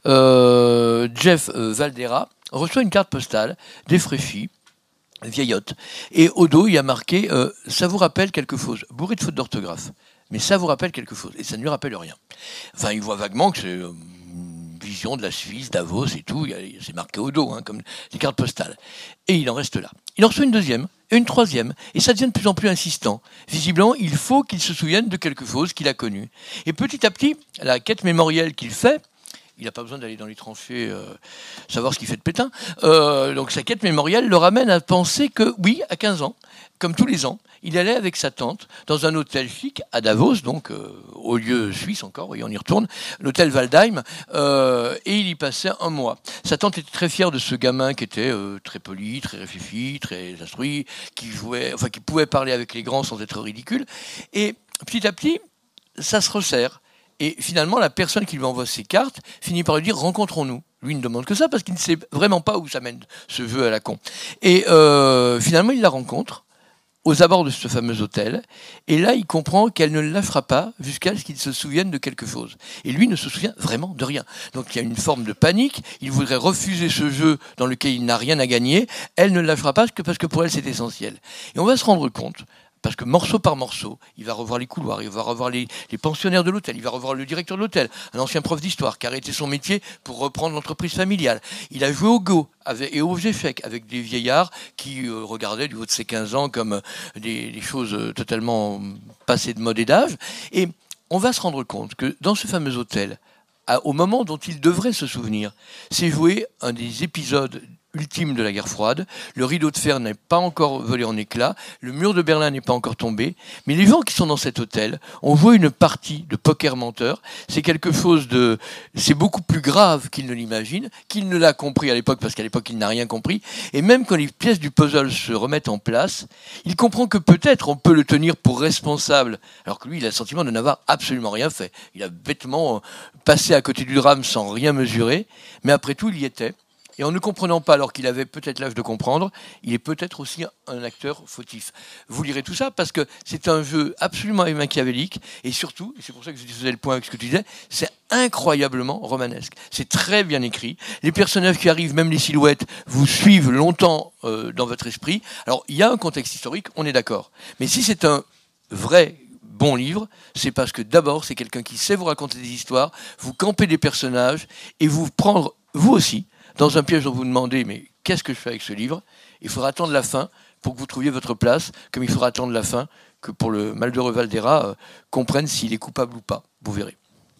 euh, Jeff euh, Valdera, reçoit une carte postale défraîchie, vieillotte, et au dos il y a marqué euh, « ça vous rappelle quelque chose », bourré de fautes d'orthographe, mais ça vous rappelle quelque chose, et ça ne lui rappelle rien. Enfin, il voit vaguement que c'est euh, une vision de la Suisse, Davos et tout, il y a, c'est marqué au dos, hein, comme des cartes postales. Et il en reste là. Il en reçoit une deuxième, et une troisième, et ça devient de plus en plus insistant. Visiblement, il faut qu'il se souvienne de quelque chose qu'il a connu. Et petit à petit, la quête mémorielle qu'il fait, il n'a pas besoin d'aller dans les tranchées euh, savoir ce qu'il fait de Pétain, euh, donc sa quête mémorielle le ramène à penser que, oui, à quinze ans, comme tous les ans, il allait avec sa tante dans un hôtel chic à Davos, donc euh, au lieu suisse encore, oui, on y retourne, l'hôtel Waldheim, euh, et il y passait un mois. Sa tante était très fière de ce gamin qui était euh, très poli, très réfléchi, très instruit, qui jouait, enfin qui pouvait parler avec les grands sans être ridicule. Et petit à petit, ça se resserre. Et finalement, la personne qui lui envoie ces cartes finit par lui dire « rencontrons-nous ». Lui ne demande que ça parce qu'il ne sait vraiment pas où ça mène ce vœu à la con. Et euh, finalement, il la rencontre aux abords de ce fameux hôtel, et là il comprend qu'elle ne le lâchera pas jusqu'à ce qu'il se souvienne de quelque chose. Et lui ne se souvient vraiment de rien. Donc il y a une forme de panique, il voudrait refuser ce jeu dans lequel il n'a rien à gagner, elle ne le lâchera pas parce que pour elle c'est essentiel. Et on va se rendre compte, parce que morceau par morceau, il va revoir les couloirs, il va revoir les, les pensionnaires de l'hôtel, il va revoir le directeur de l'hôtel, un ancien prof d'histoire qui a arrêté son métier pour reprendre l'entreprise familiale. Il a joué au go avec, et aux échecs avec des vieillards qui euh, regardaient du haut de ses quinze ans comme euh, des, des choses euh, totalement passées de mode et d'âge. Et on va se rendre compte que dans ce fameux hôtel, à, au moment dont il devrait se souvenir, s'est joué un des épisodes ultime de la guerre froide. Le rideau de fer n'est pas encore volé en éclats, le mur de Berlin n'est pas encore tombé, mais les gens qui sont dans cet hôtel ont joué une partie de poker menteur. C'est quelque chose de, c'est beaucoup plus grave qu'il ne l'imagine, qu'il ne l'a compris à l'époque parce qu'à l'époque il n'a rien compris. Et même quand les pièces du puzzle se remettent en place, il comprend que peut-être on peut le tenir pour responsable, alors que lui il a le sentiment de n'avoir absolument rien fait. Il a bêtement passé à côté du drame sans rien mesurer, mais après tout il y était. Et en ne comprenant pas, alors qu'il avait peut-être l'âge de comprendre, il est peut-être aussi un acteur fautif. Vous lirez tout ça parce que c'est un jeu absolument machiavélique et surtout, et c'est pour ça que je faisais le point avec ce que tu disais, c'est incroyablement romanesque. C'est très bien écrit. Les personnages qui arrivent, même les silhouettes, vous suivent longtemps euh, dans votre esprit. Alors, il y a un contexte historique, on est d'accord. Mais si c'est un vrai bon livre, c'est parce que d'abord, c'est quelqu'un qui sait vous raconter des histoires, vous camper des personnages et vous prendre, vous aussi, dans un piège dont vous vous demandez, mais qu'est-ce que je fais avec ce livre ? Il faudra attendre la fin pour que vous trouviez votre place, comme il faudra attendre la fin que pour le malheureux Valdera euh, comprenne s'il est coupable ou pas. Vous verrez.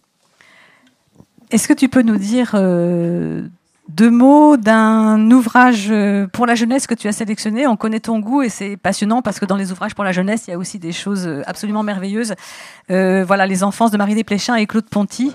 Est-ce que tu peux nous dire euh, deux mots d'un ouvrage pour la jeunesse que tu as sélectionné ? On connaît ton goût et c'est passionnant parce que dans les ouvrages pour la jeunesse, il y a aussi des choses absolument merveilleuses. Euh, voilà, Les enfances de Marie Desplechin et Claude Ponty.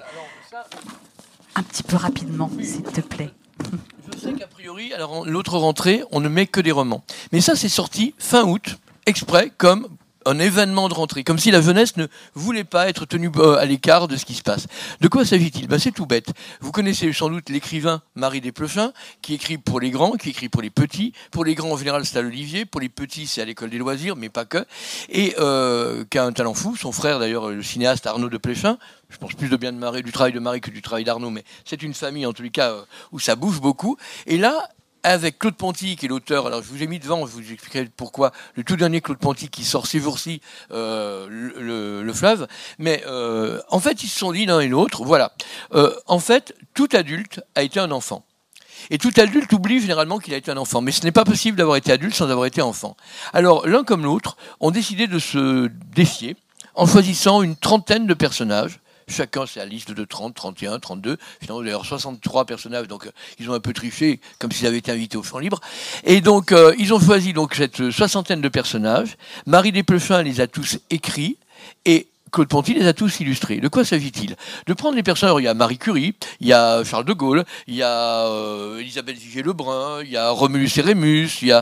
Un petit peu rapidement, s'il te plaît. Je sais qu'a priori, alors l'autre rentrée, on ne met que des romans. Mais ça, c'est sorti fin août, exprès, comme un événement de rentrée, comme si la jeunesse ne voulait pas être tenue à l'écart de ce qui se passe. De quoi s'agit-il ? Ben, c'est tout bête. Vous connaissez sans doute l'écrivain Marie Desplechin, qui écrit pour les grands, qui écrit pour les petits. Pour les grands, en général, c'est à l'Olivier. Pour les petits, c'est à l'École des loisirs, mais pas que. Et euh, qui a un talent fou. Son frère, d'ailleurs, le cinéaste Arnaud Desplechin. Je pense plus de bien de Marie, du travail de Marie que du travail d'Arnaud, mais c'est une famille, en tous les cas, où ça bouge beaucoup. Et là, avec Claude Ponty, qui est l'auteur, alors je vous ai mis devant, je vous expliquerai pourquoi, le tout dernier Claude Ponty qui sort ces jours-ci, euh, le, le, le fleuve, mais euh, en fait, ils se sont dit l'un et l'autre, voilà, euh, en fait, tout adulte a été un enfant. Et tout adulte oublie généralement qu'il a été un enfant. Mais ce n'est pas possible d'avoir été adulte sans avoir été enfant. Alors, l'un comme l'autre ont décidé de se défier en choisissant une trentaine de personnages. Chacun, c'est la liste de trente, trente et un, trente-deux. Finalement, d'ailleurs, soixante-trois personnages, donc euh, ils ont un peu triché, comme s'ils avaient été invités au champ libre. Et donc, euh, ils ont choisi donc cette soixantaine de personnages. Marie Desplechin les a tous écrits et Claude Ponty les a tous illustrés. De quoi s'agit-il ? De prendre les personnages. Alors, il y a Marie Curie, il y a Charles de Gaulle, il y a euh, Elisabeth Vigée-Lebrun, il y a Romulus et Rémus, il y a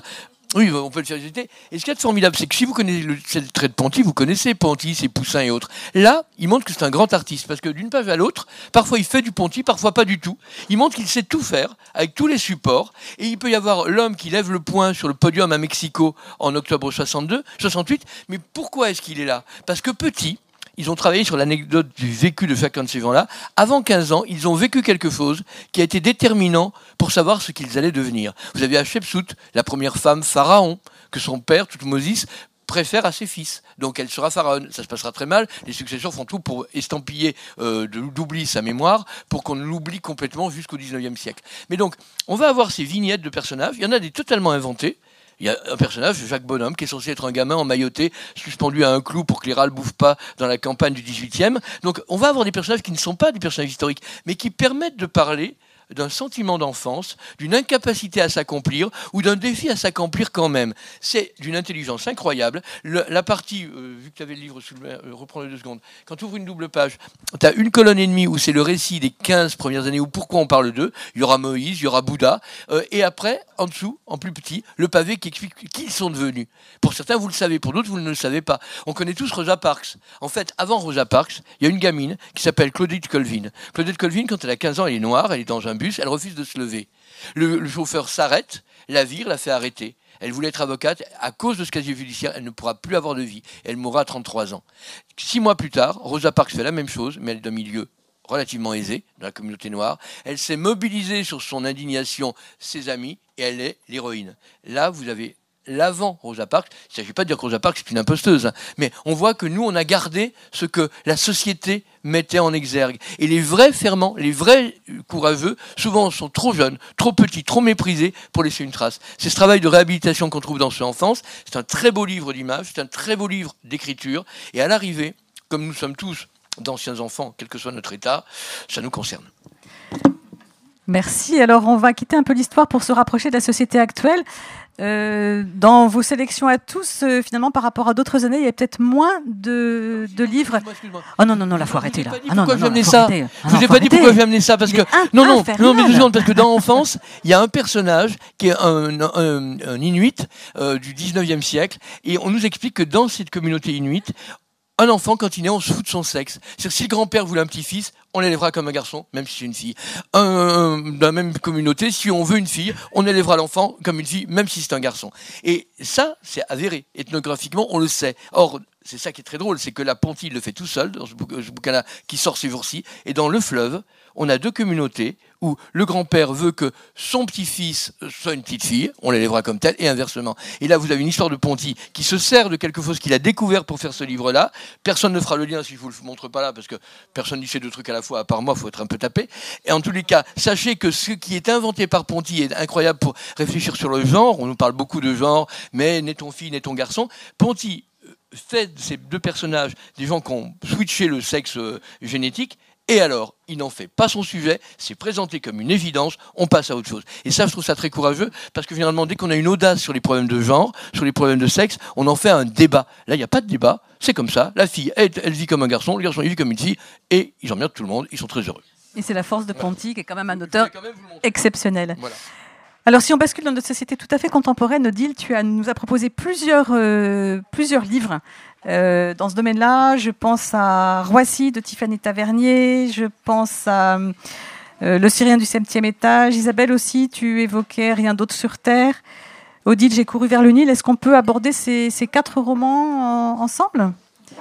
Oui, on peut le faire hésiter. Et ce qui est formidable, c'est que si vous connaissez le, le trait de Ponty, vous connaissez Ponty, ses poussins et autres. Là, il montre que c'est un grand artiste, parce que d'une page à l'autre, parfois il fait du Ponty, parfois pas du tout. Il montre qu'il sait tout faire, avec tous les supports, et il peut y avoir l'homme qui lève le poing sur le podium à Mexico en octobre soixante-deux, soixante-huit, mais pourquoi est-ce qu'il est là? Parce que petit, ils ont travaillé sur l'anecdote du vécu de chacun de ces gens-là. Avant quinze ans, ils ont vécu quelque chose qui a été déterminant pour savoir ce qu'ils allaient devenir. Vous avez Hatshepsut, la première femme pharaon, que son père, Toutmoses, préfère à ses fils. Donc elle sera pharaon. Ça se passera très mal. Les successeurs font tout pour estampiller euh, d'oubli sa mémoire, pour qu'on l'oublie complètement jusqu'au dix-neuvième siècle. Mais donc, on va avoir ces vignettes de personnages. Il y en a des totalement inventés. Il y a un personnage, Jacques Bonhomme, qui est censé être un gamin emmailloté, suspendu à un clou pour que les rats ne le bouffent pas dans la campagne du dix-huitième. Donc on va avoir des personnages qui ne sont pas des personnages historiques, mais qui permettent de parler d'un sentiment d'enfance, d'une incapacité à s'accomplir ou d'un défi à s'accomplir quand même. C'est d'une intelligence incroyable. Le, la partie, euh, vu que tu avais le livre sous le main, euh, reprends-le deux secondes. Quand tu ouvres une double page, tu as une colonne et demie où c'est le récit des quinze premières années, ou pourquoi on parle d'eux. Il y aura Moïse, il y aura Bouddha. Euh, et après, en dessous, en plus petit, le pavé qui explique qui ils sont devenus. Pour certains, vous le savez. Pour d'autres, vous ne le savez pas. On connaît tous Rosa Parks. En fait, avant Rosa Parks, il y a une gamine qui s'appelle Claudette Colvin. Claudette Colvin, quand elle a quinze ans, elle est noire, elle est dans un bus, elle refuse de se lever. Le, le chauffeur s'arrête, la vire, la fait arrêter. Elle voulait être avocate. À cause de ce casier judiciaire, elle ne pourra plus avoir de vie. Elle mourra à trente-trois ans. Six mois plus tard, Rosa Parks fait la même chose, mais elle est d'un milieu relativement aisée, dans la communauté noire. Elle s'est mobilisée sur son indignation, ses amis, et elle est l'héroïne. Là, vous avez l'avant Rosa Parks. Il ne s'agit pas de dire que Rosa Parks est une imposteuse, hein, mais on voit que nous, on a gardé ce que la société mettait en exergue. Et les vrais ferments, les vrais courageux, souvent sont trop jeunes, trop petits, trop méprisés pour laisser une trace. C'est ce travail de réhabilitation qu'on trouve dans ce Enfance. C'est un très beau livre d'images, c'est un très beau livre d'écriture. Et à l'arrivée, comme nous sommes tous d'anciens enfants, quel que soit notre état, ça nous concerne. Merci. Alors, on va quitter un peu l'histoire pour se rapprocher de la société actuelle. Euh, dans vos sélections à tous, euh, finalement, par rapport à d'autres années, il y a peut-être moins de, de livres. Excuse-moi, excuse-moi. Oh non, non, non, là, faut arrêter, là. Ah non, pourquoi j'ai amené ça Je vous ai pas dit pourquoi j'ai amené ça, parce que non, non, non, mais deux secondes, parce que dans Enfance, il y a un personnage qui est un, un, un Inuit euh, du dix-neuvième siècle, et on nous explique que dans cette communauté inuite, un enfant, quand il naît, on se fout de son sexe. C'est-à-dire, si le grand-père voulait un petit-fils, on l'élèvera comme un garçon, même si c'est une fille. Un, un, dans la même communauté, si on veut une fille, on élèvera l'enfant comme une fille, même si c'est un garçon. Et ça, c'est avéré. Ethnographiquement, on le sait. Or, c'est ça qui est très drôle, c'est que la Ponty le fait tout seul, dans ce bouquin-là, qui sort ces jours-ci. Et dans Le Fleuve, on a deux communautés où le grand-père veut que son petit-fils soit une petite fille, on l'élèvera comme tel, et inversement. Et là, vous avez une histoire de Ponty qui se sert de quelque chose qu'il a découvert pour faire ce livre-là. Personne ne fera le lien si je vous le montre pas là, parce que personne ne dit ces deux trucs à la fois, à part moi, il faut être un peu tapé. Et en tous les cas, sachez que ce qui est inventé par Ponty est incroyable pour réfléchir sur le genre. On nous parle beaucoup de genre, mais n'est-on fille, n'est-on garçon. Ponty fait de ces deux personnages des gens qui ont switché le sexe euh, génétique. Et alors, il n'en fait pas son sujet, c'est présenté comme une évidence, on passe à autre chose. Et ça, je trouve ça très courageux, parce que finalement, dès qu'on a une audace sur les problèmes de genre, sur les problèmes de sexe, on en fait un débat. Là, il n'y a pas de débat, c'est comme ça, la fille, elle, elle vit comme un garçon, le garçon, il vit comme une fille, et ils emmerdent tout le monde, ils sont très heureux. Et c'est la force de Ponty, qui est quand même un auteur quand même exceptionnel. Voilà. Alors, si on bascule dans notre société tout à fait contemporaine, Odile, tu as, nous as proposé plusieurs, euh, plusieurs livres euh, dans ce domaine-là. Je pense à Roissy de Tiffany Tavernier, je pense à euh, Le Syrien du septième étage. Isabelle aussi, tu évoquais Rien d'autre sur Terre. Odile, J'ai couru vers le Nil. Est-ce qu'on peut aborder ces, ces quatre romans euh, ensemble ?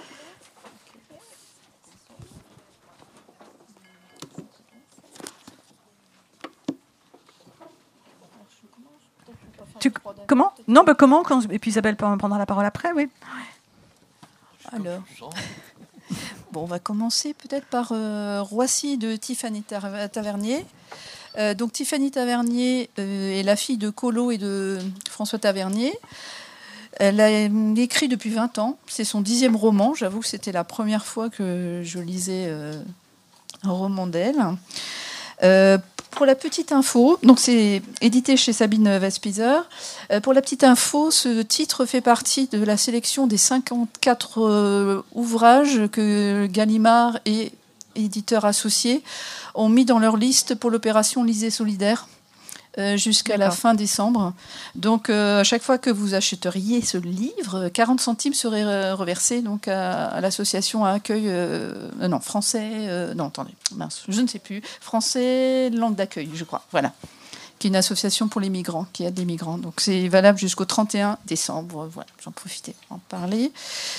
Tu, comment Non, bah comment quand, et puis Isabelle prendra la parole après, oui. Alors, bon, on va commencer peut-être par euh, Roissy de Tiffany Tavernier. Euh, donc Tiffany Tavernier euh, est la fille de Collot et de François Tavernier. Elle a écrit depuis vingt ans. C'est son dixième roman. J'avoue que c'était la première fois que je lisais euh, un roman d'elle. Euh, pour la petite info, donc c'est édité chez Sabine Vespizer. Euh, pour la petite info, ce titre fait partie de la sélection des cinquante-quatre euh, ouvrages que Gallimard et éditeurs associés ont mis dans leur liste pour l'opération Lisez solidaire euh, jusqu'à D'accord. la fin décembre. Donc, euh, à chaque fois que vous achèteriez ce livre, quarante centimes seraient euh, reversés donc, à, à l'association à accueil... Euh, euh, non, français... Euh, non, attendez, mince, je ne sais plus. Français, langue d'accueil, je crois. Voilà. Qui est une association pour les migrants, qui aide les migrants. Donc, c'est valable jusqu'au trente et un décembre. Voilà, j'en profitais pour en parler.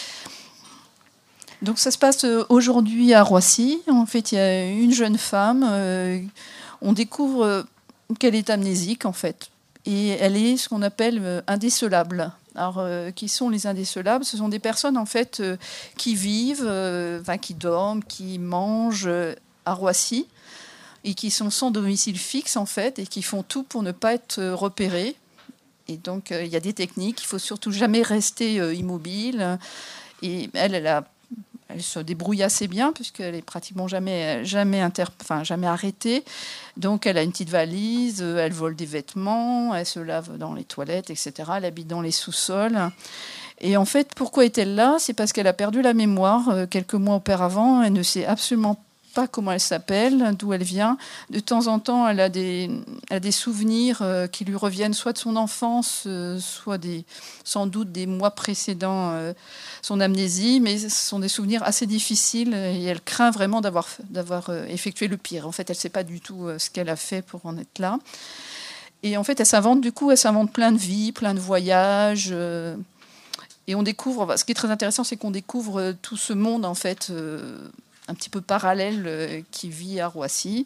Donc ça se passe aujourd'hui à Roissy. En fait, il y a une jeune femme. Euh, on découvre qu'elle est amnésique, en fait. Et elle est ce qu'on appelle euh, indécelable. Alors, euh, qui sont les indécelables ? Ce sont des personnes, en fait, euh, qui vivent, euh, enfin, qui dorment, qui mangent euh, à Roissy et qui sont sans domicile fixe, en fait, et qui font tout pour ne pas être euh, repérées. Et donc, euh, il y a des techniques. Il ne faut surtout jamais rester euh, immobile. Et elle, elle a Elle se débrouille assez bien puisqu'elle est pratiquement jamais, jamais, inter... enfin, jamais arrêtée. Donc, elle a une petite valise, elle vole des vêtements, elle se lave dans les toilettes, et cetera. Elle habite dans les sous-sols. Et en fait, pourquoi est-elle là ? C'est parce qu'elle a perdu la mémoire euh, quelques mois auparavant. Elle ne sait absolument pas comment elle s'appelle, d'où elle vient. De temps en temps, elle a des, elle a des souvenirs euh, qui lui reviennent soit de son enfance, euh, soit des, sans doute des mois précédents euh, son amnésie, mais ce sont des souvenirs assez difficiles et elle craint vraiment d'avoir, d'avoir euh, effectué le pire. En fait, elle ne sait pas du tout euh, ce qu'elle a fait pour en être là. Et en fait, elle s'invente, du coup, elle s'invente plein de vies, plein de voyages. Euh, et on découvre, ce qui est très intéressant, c'est qu'on découvre euh, tout ce monde, en fait, euh, un petit peu parallèle euh, qui vit à Roissy.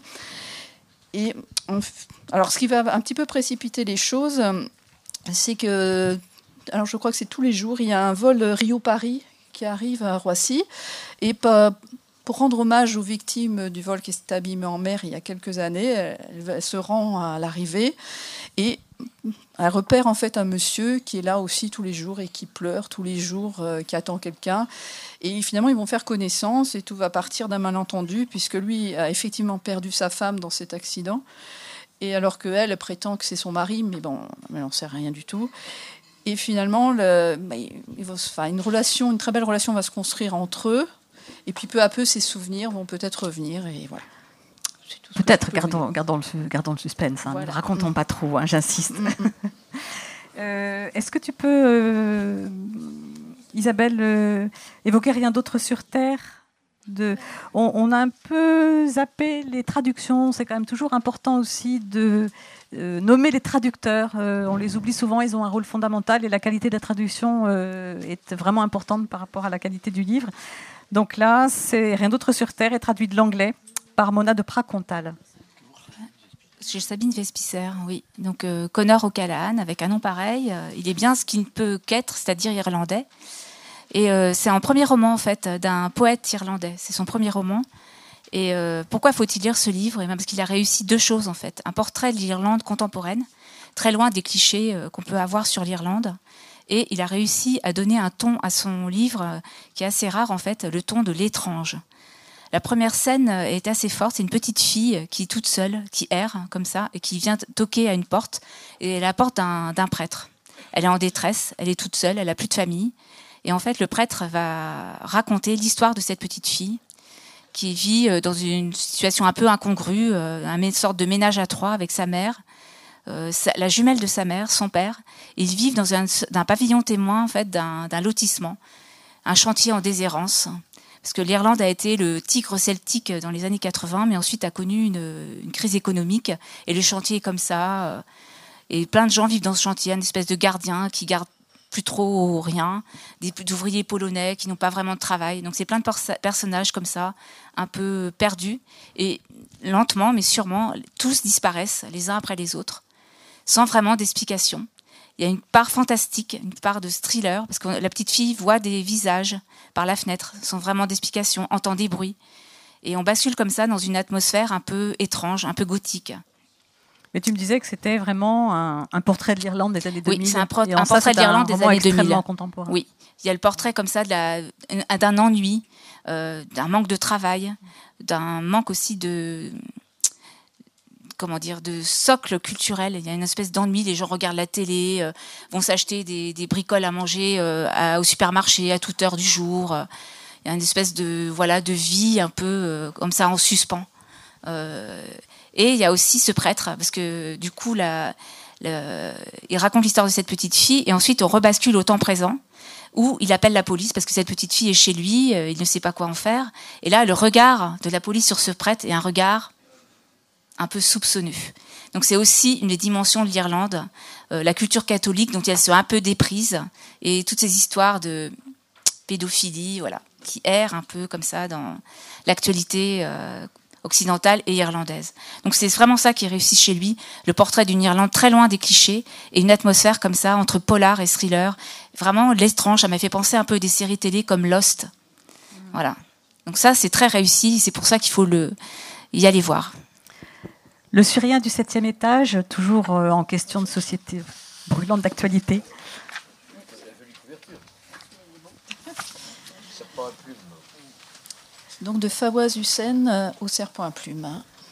Et on, alors, ce qui va un petit peu précipiter les choses, c'est que, alors je crois que c'est tous les jours, il y a un vol Rio-Paris qui arrive à Roissy. Et pas, pour rendre hommage aux victimes du vol qui s'est abîmé en mer il y a quelques années, elle, elle se rend à l'arrivée et elle repère en fait un monsieur qui est là aussi tous les jours et qui pleure tous les jours, euh, qui attend quelqu'un. Et finalement, ils vont faire connaissance et tout va partir d'un malentendu puisque lui a effectivement perdu sa femme dans cet accident. Et alors qu'elle elle prétend que c'est son mari, mais bon, elle n'en sait rien du tout. Et finalement, le, bah, il va, enfin, une relation, une très belle relation va se construire entre eux. Et puis peu à peu, ces souvenirs vont peut-être revenir. Et voilà. Peut-être, gardons, gardons, le, gardons le suspense. Hein. Voilà. Ne racontons mmh. pas trop, hein, j'insiste. Mmh. euh, est-ce que tu peux, euh, Isabelle, euh, évoquer rien d'autre sur Terre ? De, on, on a un peu zappé les traductions. C'est quand même toujours important aussi de euh, nommer les traducteurs. Euh, on les oublie souvent, ils ont un rôle fondamental et la qualité de la traduction euh, est vraiment importante par rapport à la qualité du livre. Donc là, c'est Rien d'autre sur Terre est traduit de l'anglais par Mona de Pracontal. Chez Sabine Vespicer, oui. Donc euh, Conor O'Callaghan, avec un nom pareil, euh, il est bien ce qu'il ne peut qu'être, c'est-à-dire irlandais. Et euh, c'est un premier roman, en fait, d'un poète irlandais. C'est son premier roman. Et euh, pourquoi faut-il lire ce livre ? Et même parce qu'il a réussi deux choses, en fait. Un portrait de l'Irlande contemporaine, très loin des clichés euh, qu'on peut avoir sur l'Irlande. Et il a réussi à donner un ton à son livre euh, qui est assez rare, en fait, le ton de l'étrange. La première scène est assez forte. C'est une petite fille qui est toute seule, qui erre comme ça, et qui vient toquer à une porte, et la porte d'un, d'un prêtre. Elle est en détresse, elle est toute seule, elle n'a plus de famille. Et en fait, le prêtre va raconter l'histoire de cette petite fille qui vit dans une situation un peu incongrue, une sorte de ménage à trois avec sa mère, la jumelle de sa mère, son père. Ils vivent dans un, un pavillon témoin en fait, d'un, d'un lotissement, un chantier en déshérence. Parce que l'Irlande a été le tigre celtique dans les années quatre-vingts, mais ensuite a connu une, une crise économique. Et le chantier est comme ça. Et plein de gens vivent dans ce chantier, une espèce de gardien qui garde plus trop rien, des ouvriers polonais qui n'ont pas vraiment de travail. Donc c'est plein de pers- personnages comme ça, un peu perdus. Et lentement, mais sûrement, tous disparaissent les uns après les autres, sans vraiment d'explication. Il y a une part fantastique, une part de thriller, parce que la petite fille voit des visages par la fenêtre, sans vraiment d'explication, entend des bruits. Et on bascule comme ça dans une atmosphère un peu étrange, un peu gothique. Mais tu me disais que c'était vraiment un, un portrait de l'Irlande des années deux mille. Oui, c'est un, pro- un ça, portrait de l'Irlande des années deux mille. Contemporain. Oui, il y a le portrait comme ça de la, d'un ennui, euh, d'un manque de travail, d'un manque aussi de... comment dire, de socle culturel. Il y a une espèce d'ennui, les gens regardent la télé, euh, vont s'acheter des, des bricoles à manger euh, à, au supermarché à toute heure du jour. Il y a une espèce de, voilà, de vie un peu euh, comme ça en suspens. Euh, et il y a aussi ce prêtre, parce que du coup, la, la, il raconte l'histoire de cette petite fille, et ensuite on rebascule au temps présent, où il appelle la police, parce que cette petite fille est chez lui, euh, il ne sait pas quoi en faire. Et là, le regard de la police sur ce prêtre est un regard un peu soupçonneux. Donc c'est aussi une des dimensions de l'Irlande, euh, la culture catholique dont elle se un peu déprise, et toutes ces histoires de pédophilie, voilà, qui errent un peu comme ça dans l'actualité euh, occidentale et irlandaise. Donc c'est vraiment ça qui réussit chez lui, le portrait d'une Irlande très loin des clichés, et une atmosphère comme ça, entre polar et thriller. Vraiment, l'étrange, ça m'a fait penser un peu à des séries télé comme Lost. Voilà. Donc ça, c'est très réussi, c'est pour ça qu'il faut le, y aller voir. Le Syrien du septième étage, toujours euh, en question de société brûlante d'actualité. Donc de Fawaz Hussein euh, au serpent à plumes.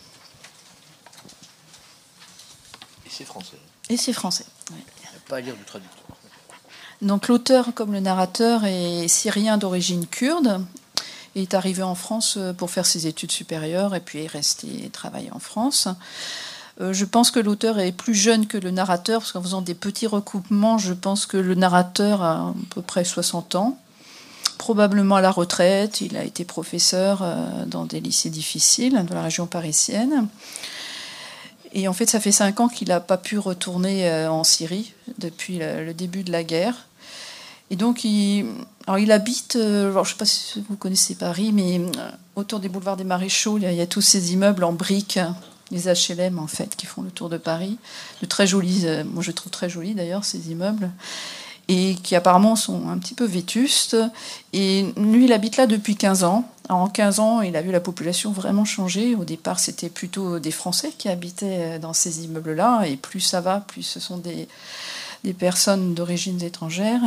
Et c'est français. Et c'est français. Oui. Il n'y a pas à lire du traducteur. Donc l'auteur, comme le narrateur, est syrien d'origine kurde. Il est arrivé en France pour faire ses études supérieures et puis est resté travailler en France. Euh, je pense que l'auteur est plus jeune que le narrateur, parce qu'en faisant des petits recoupements, je pense que le narrateur a à peu près soixante ans. Probablement à la retraite, il a été professeur dans des lycées difficiles de la région parisienne. Et en fait, ça fait cinq ans qu'il n'a pas pu retourner en Syrie depuis le début de la guerre. Et donc, il, alors il habite, alors je ne sais pas si vous connaissez Paris, mais autour des boulevards des Maréchaux, il y a tous ces immeubles en briques, les H L M en fait, qui font le tour de Paris. De très jolis, moi je trouve très jolis d'ailleurs ces immeubles. Et qui apparemment sont un petit peu vétustes. Et lui, il habite là depuis quinze ans. Alors, en quinze ans, il a vu la population vraiment changer. Au départ, c'était plutôt des Français qui habitaient dans ces immeubles-là. Et plus ça va, plus ce sont des, des personnes d'origine étrangère.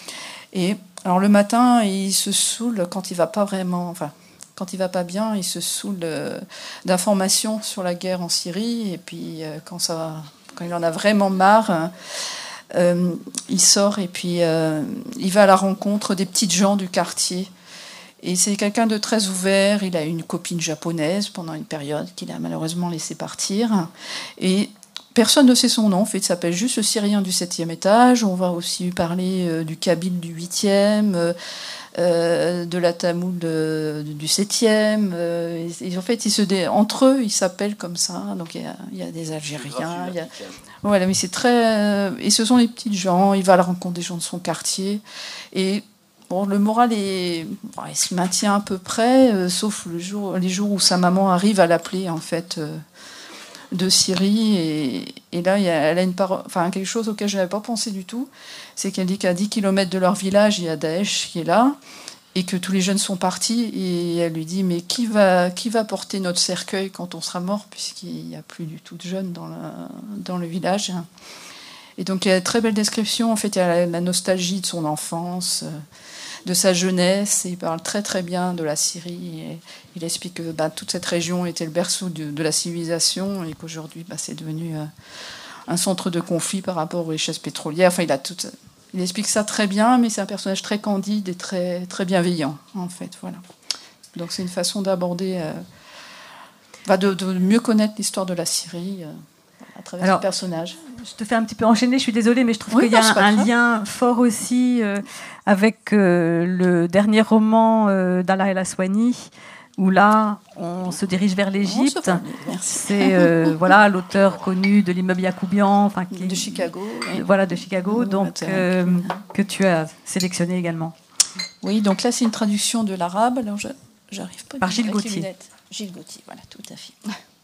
Et alors, le matin, il se saoule quand il va pas vraiment... Enfin, quand il va pas bien, il se saoule d'informations sur la guerre en Syrie. Et puis, quand, ça, quand il en a vraiment marre... Euh, il sort et puis euh, il va à la rencontre des petites gens du quartier. Et c'est quelqu'un de très ouvert. Il a une copine japonaise pendant une période qu'il a malheureusement laissé partir. Et personne ne sait son nom. En fait, il s'appelle juste le Syrien du septième étage. On va aussi parler euh, du Kabyle du huitième, euh, euh, de la Tamoul de, de, du septième. Euh, et, et en fait, ils se dé... entre eux, ils s'appellent comme ça. Donc il y a, il y a des Algériens. Il y a... Voilà, mais c'est très... Et ce sont les petites gens, il va à la rencontre des gens de son quartier. Et bon, le moral est... Bon, il se maintient à peu près, euh, sauf le jour, les jours où sa maman arrive à l'appeler, en fait, euh, de Syrie. Et, et là, il y a, elle a une parole... enfin, quelque chose auquel je n'avais pas pensé du tout. C'est qu'elle dit qu'à dix kilomètres de leur village, il y a Daesh qui est là, et que tous les jeunes sont partis. Et elle lui dit, mais qui va, qui va porter notre cercueil quand on sera mort, puisqu'il n'y a plus du tout de jeunes dans, la, dans le village. Et donc il y a une très belle description. En fait, il y a la, la nostalgie de son enfance, de sa jeunesse. Et il parle très très bien de la Syrie. Et il explique que bah, toute cette région était le berceau de, de la civilisation, et qu'aujourd'hui, bah, c'est devenu euh, un centre de conflit par rapport aux richesses pétrolières. Enfin, il a tout... Il explique ça très bien, mais c'est un personnage très candide et très, très bienveillant, en fait. Voilà. Donc c'est une façon d'aborder, euh, bah de, de mieux connaître l'histoire de la Syrie euh, à travers Alors, ce personnage. Je te fais un petit peu enchaîner, je suis désolée, mais je trouve oui, qu'il y a un, un lien fort aussi euh, avec euh, le dernier roman euh, d'Alaa El Aswany, où là, on se dirige vers l'Égypte. C'est euh, voilà, l'auteur connu de l'immeuble Yacoubian, enfin, qui, de Chicago. Oui. Voilà, de Chicago, oui, donc, euh, que tu as sélectionné également. Oui, donc là, c'est une traduction de l'arabe. Alors, je, j'arrive pas Par Gilles Gauthier. Gilles Gauthier, voilà, tout à fait.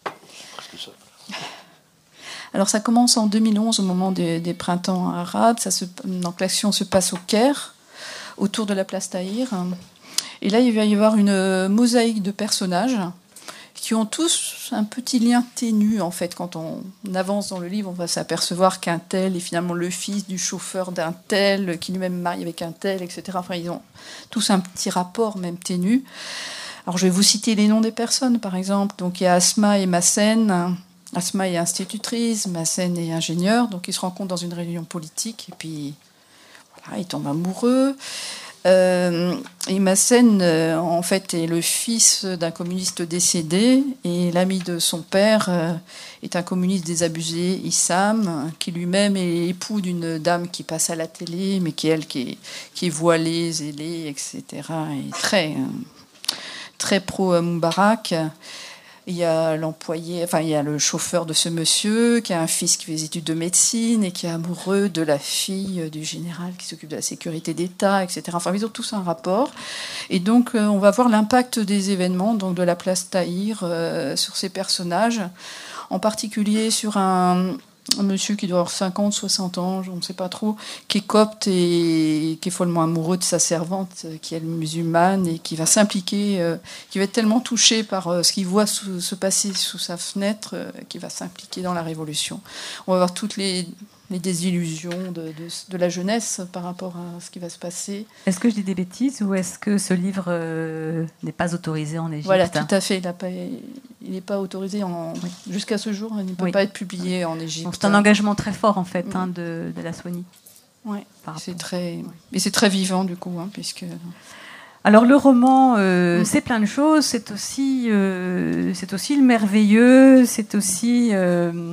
Alors, ça commence en deux mille onze, au moment des, des printemps arabes. Ça se, donc, l'action se passe au Caire, autour de la place Tahrir. Et là, il va y avoir une mosaïque de personnages qui ont tous un petit lien ténu, en fait. Quand on avance dans le livre, on va s'apercevoir qu'un tel est finalement le fils du chauffeur d'un tel, qui lui-même est marié avec un tel, et cetera. Enfin, ils ont tous un petit rapport, même ténu. Alors, je vais vous citer les noms des personnes, par exemple. Donc, il y a Asma et Massen. Asma est institutrice, Massen est ingénieur. Donc, ils se rencontrent dans une réunion politique, et puis, voilà, ils tombent amoureux. Euh, et Massen, euh, en fait, est le fils d'un communiste décédé, et l'ami de son père euh, est un communiste désabusé, Issam, qui lui-même est époux d'une dame qui passe à la télé, mais qui elle, qui est, qui est voilée, zélée, et cetera, et très, euh, très pro-Moubarak. Il y a l'employé, enfin il y a le chauffeur de ce monsieur qui a un fils qui fait des études de médecine et qui est amoureux de la fille du général qui s'occupe de la sécurité d'État, et cetera. Enfin, ils ont tous un rapport. Et donc, euh, on va voir l'impact des événements, donc de la place Tahir, euh, sur ces personnages, en particulier sur un, un monsieur qui doit avoir cinquante, soixante ans, on ne sait pas trop, qui est copte et qui est follement amoureux de sa servante, qui est musulmane, et qui va s'impliquer, euh, qui va être tellement touché par euh, ce qu'il voit sous, se passer sous sa fenêtre, euh, qu'il va s'impliquer dans la révolution. On va voir toutes les, les désillusions de, de, de la jeunesse par rapport à ce qui va se passer. Est-ce que je dis des bêtises ou est-ce que ce livre euh, n'est pas autorisé en Égypte ? Voilà, tout à fait. Il n'a pas... Il n'est pas autorisé en... oui. jusqu'à ce jour. Il ne peut oui. pas être publié en Égypte. Donc c'est un engagement très fort en fait oui. hein, de, de la Sony. Oui, c'est très, oui. Et c'est très vivant du coup, hein, puisque. Alors le roman, euh, mm. c'est plein de choses. C'est aussi, euh, c'est aussi le merveilleux. C'est aussi euh,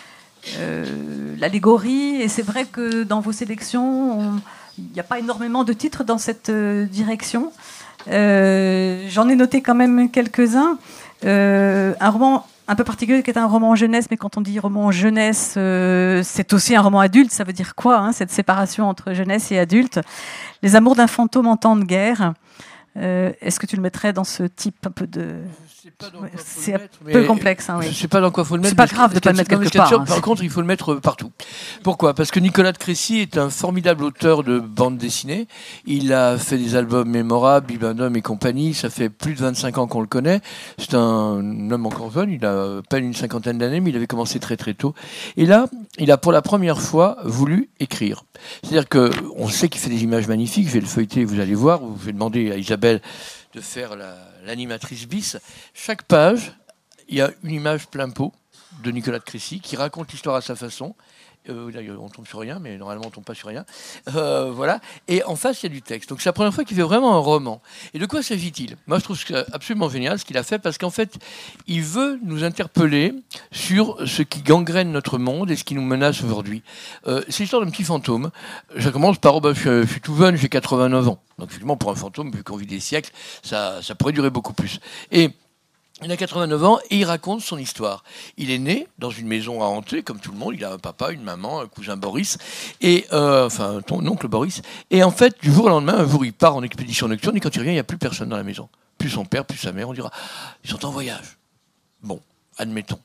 euh, l'allégorie. Et c'est vrai que dans vos sélections, il n'y a pas énormément de titres dans cette euh, direction. Euh, j'en ai noté quand même quelques-uns. Euh, un roman un peu particulier qui est un roman jeunesse, mais quand on dit roman jeunesse, euh, c'est aussi un roman adulte. Ça veut dire quoi, hein, cette séparation entre jeunesse et adulte ? Les amours d'un fantôme en temps de guerre. Euh, est-ce que tu le mettrais dans ce type un peu de... Ouais, c'est un mettre, peu complexe. Hein, oui. Je ne sais pas dans quoi il faut le mettre. C'est pas grave de ne pas le mettre quelque part. Hein, par contre, il faut le mettre partout. Pourquoi ? Parce que Nicolas de Crécy est un formidable auteur de bande dessinée. Il a fait des albums mémorables, Bibendum et compagnie. Ça fait plus de vingt-cinq ans qu'on le connaît. C'est un homme encore jeune. Il a à peine une cinquantaine d'années, mais il avait commencé très très tôt. Et là, il a pour la première fois voulu écrire. C'est-à-dire qu'on sait qu'il fait des images magnifiques. Je vais le feuilleter, vous allez voir. Ou je vais demander à Isabelle de faire la, l'animatrice bis. Chaque page, il y a une image plein pot de Nicolas de Crécy qui raconte l'histoire à sa façon. Euh, là, on tombe sur rien, mais normalement on tombe pas sur rien. Euh, voilà. Et en face, il y a du texte. Donc c'est la première fois qu'il fait vraiment un roman. Et de quoi s'agit-il ? Moi, je trouve que c'est absolument génial ce qu'il a fait, parce qu'en fait, il veut nous interpeller sur ce qui gangrène notre monde et ce qui nous menace aujourd'hui. Euh, c'est l'histoire d'un petit fantôme. Je commence par, oh ben, je, je suis tout jeune, j'ai quatre-vingt-neuf ans. Donc finalement, pour un fantôme, vu qu'on vit des siècles, ça, ça pourrait durer beaucoup plus. Et il a quatre-vingt-neuf ans et il raconte son histoire. Il est né dans une maison à hanter, comme tout le monde. Il a un papa, une maman, un cousin Boris, et euh, enfin ton oncle Boris. Et en fait, du jour au lendemain, un jour, il part en expédition nocturne et quand il revient, il n'y a plus personne dans la maison. Plus son père, plus sa mère. On dira, ils sont en voyage. Bon, admettons.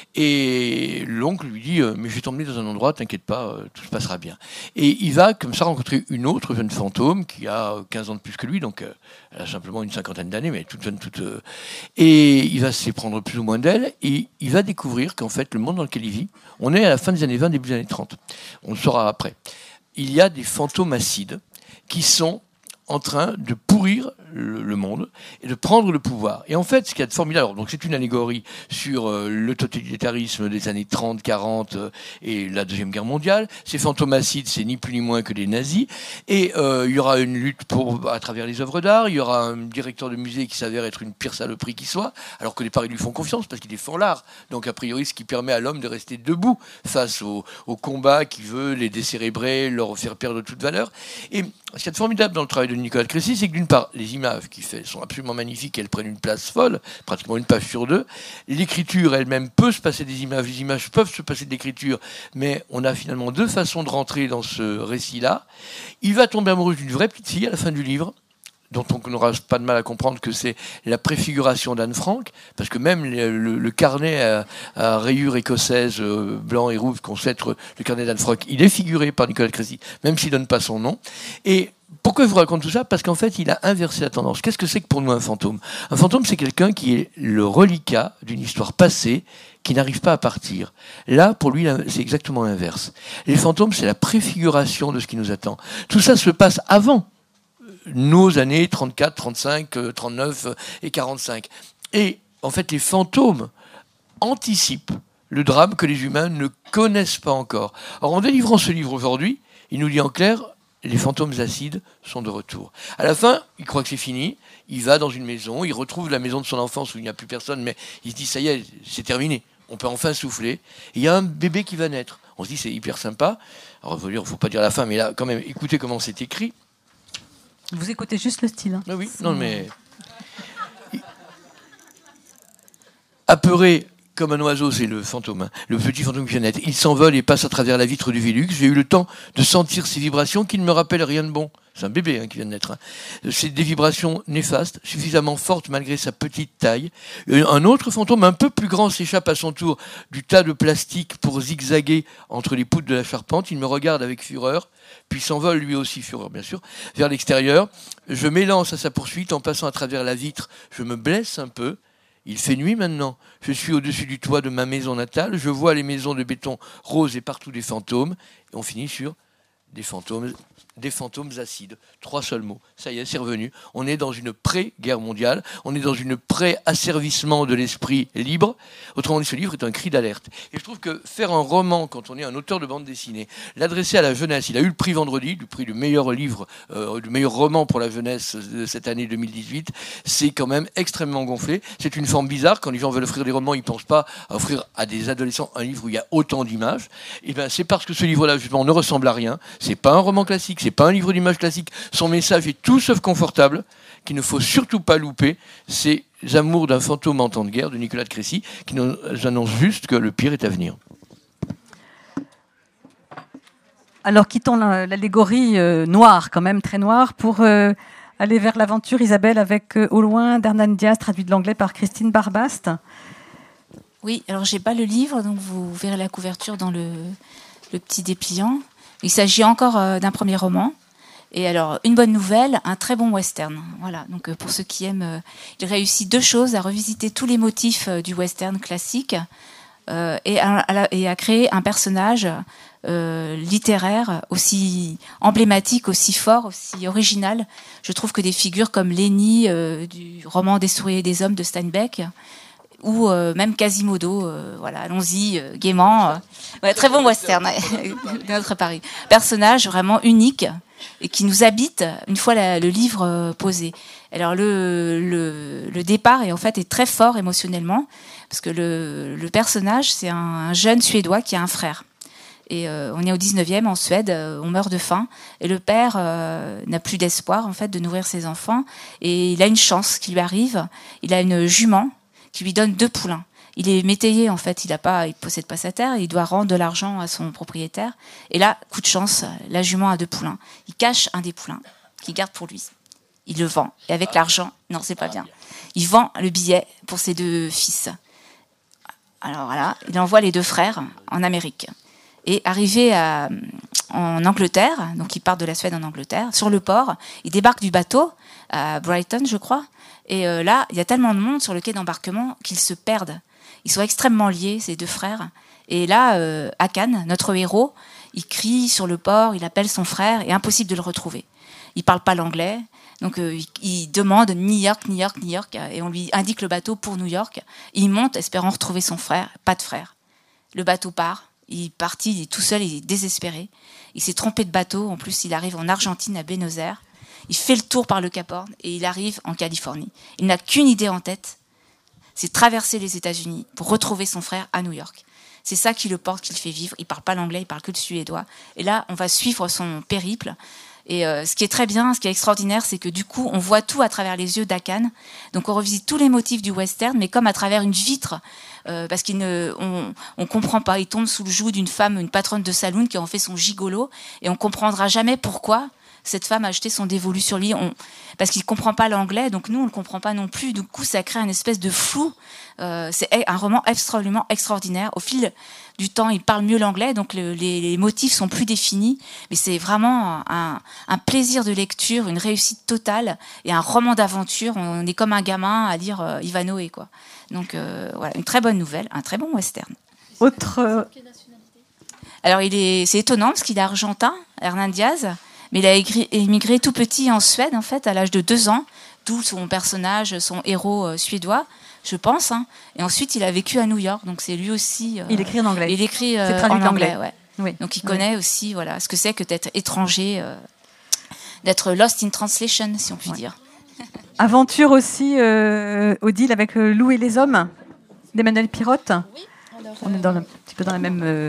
Et l'oncle lui dit, euh, mais je vais t'emmener dans un endroit, t'inquiète pas, euh, tout se passera bien. Et il va comme ça rencontrer une autre jeune fantôme qui a quinze ans de plus que lui, donc euh, elle a simplement une cinquantaine d'années, mais toute jeune, toute... Euh, et il va s'éprendre plus ou moins d'elle, et il va découvrir qu'en fait, le monde dans lequel il vit, on est à la fin des années vingt, début des années trente. On le saura après. Il y a des fantômes acides qui sont en train de pourrir le, le monde et de prendre le pouvoir. Et en fait, ce qu'il y a de formidable, alors, donc c'est une allégorie sur euh, le totalitarisme des années trente, quarante euh, et la Deuxième Guerre mondiale. Ces fantômes acides, c'est ni plus ni moins que des nazis. Et euh, il y aura une lutte pour, à travers les œuvres d'art. Il y aura un directeur de musée qui s'avère être une pire saloperie qui soit, alors que les paris lui font confiance parce qu'il défend l'art. Donc a priori, ce qui permet à l'homme de rester debout face au, au combat qui veut les décérébrer, leur faire perdre toute valeur. Et ce qui est formidable dans le travail de Nicolas de Crécy, c'est que d'une part, les images qu'il fait sont absolument magnifiques, elles prennent une place folle, pratiquement une page sur deux. L'écriture elle-même peut se passer des images, les images peuvent se passer de l'écriture, mais on a finalement deux façons de rentrer dans ce récit-là. Il va tomber amoureux d'une vraie petite fille à la fin du livre, dont on n'aura pas de mal à comprendre que c'est la préfiguration d'Anne Frank, parce que même le, le, le carnet à, à rayures écossaises, euh, blanc et rouge, qu'on sait être le carnet d'Anne Frank, il est figuré par Nicolas de Crécy, même s'il ne donne pas son nom. Et pourquoi je vous raconte tout ça ? Parce qu'en fait, il a inversé la tendance. Qu'est-ce que c'est que pour nous un fantôme ? Un fantôme, c'est quelqu'un qui est le reliquat d'une histoire passée qui n'arrive pas à partir. Là, pour lui, c'est exactement l'inverse. Les fantômes, c'est la préfiguration de ce qui nous attend. Tout ça se passe avant nos années trente-quatre, trente-cinq, trente-neuf et quarante-cinq. Et en fait, les fantômes anticipent le drame que les humains ne connaissent pas encore. Or, en délivrant ce livre aujourd'hui, il nous dit en clair, les fantômes acides sont de retour. À la fin, il croit que c'est fini, il va dans une maison, il retrouve la maison de son enfance où il n'y a plus personne, mais il se dit ça y est, c'est terminé, on peut enfin souffler. Et il y a un bébé qui va naître. On se dit c'est hyper sympa. Alors il ne faut pas dire la fin, mais là quand même, écoutez comment c'est écrit. Vous écoutez juste le style. Hein. Ah oui, non mais... Apeuré comme un oiseau, c'est le fantôme, hein, le petit fantôme qui vient naître. Il s'envole et passe à travers la vitre du Vélux. J'ai eu le temps de sentir ces vibrations qui ne me rappellent rien de bon. C'est un bébé hein, qui vient de naître. Hein. C'est des vibrations néfastes, suffisamment fortes malgré sa petite taille. Un autre fantôme un peu plus grand s'échappe à son tour du tas de plastique pour zigzaguer entre les poutres de la charpente. Il me regarde avec fureur, puis s'envole lui aussi, fureur bien sûr, vers l'extérieur. Je m'élance à sa poursuite en passant à travers la vitre. Je me blesse un peu. Il fait nuit maintenant. Je suis au-dessus du toit de ma maison natale. Je vois les maisons de béton roses et partout des fantômes. Et on finit sur des fantômes, des fantômes acides. Trois seuls mots. Ça y est, c'est revenu. On est dans une pré-guerre mondiale. On est dans une pré-asservissement de l'esprit libre. Autrement dit, ce livre est un cri d'alerte. Et je trouve que faire un roman, quand on est un auteur de bande dessinée, l'adresser à la jeunesse, il a eu le prix vendredi, du prix du meilleur livre, euh, du meilleur roman pour la jeunesse de cette année deux mille dix-huit, c'est quand même extrêmement gonflé. C'est une forme bizarre. Quand les gens veulent offrir des romans, ils ne pensent pas à offrir à des adolescents un livre où il y a autant d'images. Et ben, c'est parce que ce livre-là, justement, ne ressemble à rien. C'est pas un roman classique, c'est pas un livre d'images classique. Son message est tout sauf confortable, qu'il ne faut surtout pas louper. C'est Les Amours d'un fantôme en temps de guerre de Nicolas de Crécy, qui nous annonce juste que le pire est à venir. Alors quittons l'allégorie euh, noire, quand même très noire, pour euh, aller vers l'aventure, Isabelle, avec euh, Au loin d'Hernán Diaz, traduit de l'anglais par Christine Barbaste. Oui, alors j'ai pas le livre, donc vous verrez la couverture dans le, le petit dépliant. Il s'agit encore euh, d'un premier roman. Et alors, une bonne nouvelle, un très bon western. Voilà, donc euh, pour ceux qui aiment, euh, il réussit deux choses, à revisiter tous les motifs euh, du western classique euh, et, à, à la, et à créer un personnage euh, littéraire aussi emblématique, aussi fort, aussi original. Je trouve que des figures comme Lenny euh, du roman Des souris et des hommes de Steinbeck, ou euh, même Quasimodo, euh, voilà, allons-y, euh, gaiement. Euh, ouais, très bon western, de notre Paris. Personnage vraiment unique et qui nous habite une fois la, le livre euh, posé. Alors le, le, le départ est en fait est très fort émotionnellement parce que le, le personnage c'est un, un jeune Suédois qui a un frère. Et euh, on est au dix-neuvième en Suède, euh, on meurt de faim et le père euh, n'a plus d'espoir en fait de nourrir ses enfants et il a une chance qui lui arrive. Il a une jument qui lui donne deux poulains. Il est métayer en fait, il a pas, il possède pas sa terre, il doit rendre de l'argent à son propriétaire. Et là, coup de chance, la jument a deux poulains. Il cache un des poulains qu'il garde pour lui. Il le vend et avec l'argent, non c'est pas bien. Il vend le billet pour ses deux fils. Alors voilà, il envoie les deux frères en Amérique. Et arrivé à, en Angleterre, donc il part de la Suède en Angleterre, sur le port, il débarque du bateau à Brighton, je crois. Et euh, là, il y a tellement de monde sur le quai d'embarquement qu'ils se perdent. Ils sont extrêmement liés, ces deux frères. Et là, euh, Hakan, notre héros, il crie sur le port, il appelle son frère, et impossible de le retrouver. Il parle pas l'anglais, donc euh, il, il demande New York, New York, New York, et on lui indique le bateau pour New York. Il monte, espérant retrouver son frère, pas de frère. Le bateau part, il est parti, il est tout seul, il est désespéré. Il s'est trompé de bateau, en plus il arrive en Argentine, à Buenos Aires. Il fait le tour par le Cap Horn et il arrive en Californie. Il n'a qu'une idée en tête, c'est traverser les États-Unis pour retrouver son frère à New York. C'est ça qui le porte, qui le fait vivre. Il parle pas l'anglais, il parle que le suédois. Et là, on va suivre son périple. Et euh, ce qui est très bien, ce qui est extraordinaire, c'est que du coup, on voit tout à travers les yeux d'Hakan. Donc, on revisite tous les motifs du western, mais comme à travers une vitre, euh, parce qu'il ne, on, on comprend pas. Il tombe sous le joug d'une femme, une patronne de saloon, qui en fait son gigolo, et on comprendra jamais pourquoi cette femme a jeté son dévolu sur lui, on, parce qu'il comprend pas l'anglais, donc nous on le comprend pas non plus. Du coup, ça crée une espèce de flou. Euh, c'est un roman absolument extraordinaire. Au fil du temps, il parle mieux l'anglais, donc le, les, les motifs sont plus définis. Mais c'est vraiment un, un plaisir de lecture, une réussite totale et un roman d'aventure. On est comme un gamin à lire euh, Ivanhoe, quoi. Donc euh, voilà, une très bonne nouvelle, un très bon western. Autre. Euh... Alors il est, c'est étonnant parce qu'il est argentin, Hernán Diaz. Mais il a émigré tout petit en Suède, en fait, à l'âge de deux ans, d'où son personnage, son héros euh, suédois, je pense. Hein. Et ensuite, il a vécu à New York, donc c'est lui aussi... Euh, il écrit en anglais. Il écrit euh, c'est traduit en anglais, ouais. Oui. Donc il connaît oui. aussi voilà, ce que c'est que d'être étranger. Euh, d'être lost in translation, si on peut ouais. dire. Aventure aussi, euh, Odile, avec euh, Lou et les hommes d'Emmanuel Pirotte. Oui. Alors, on est dans le, un petit peu dans la même euh,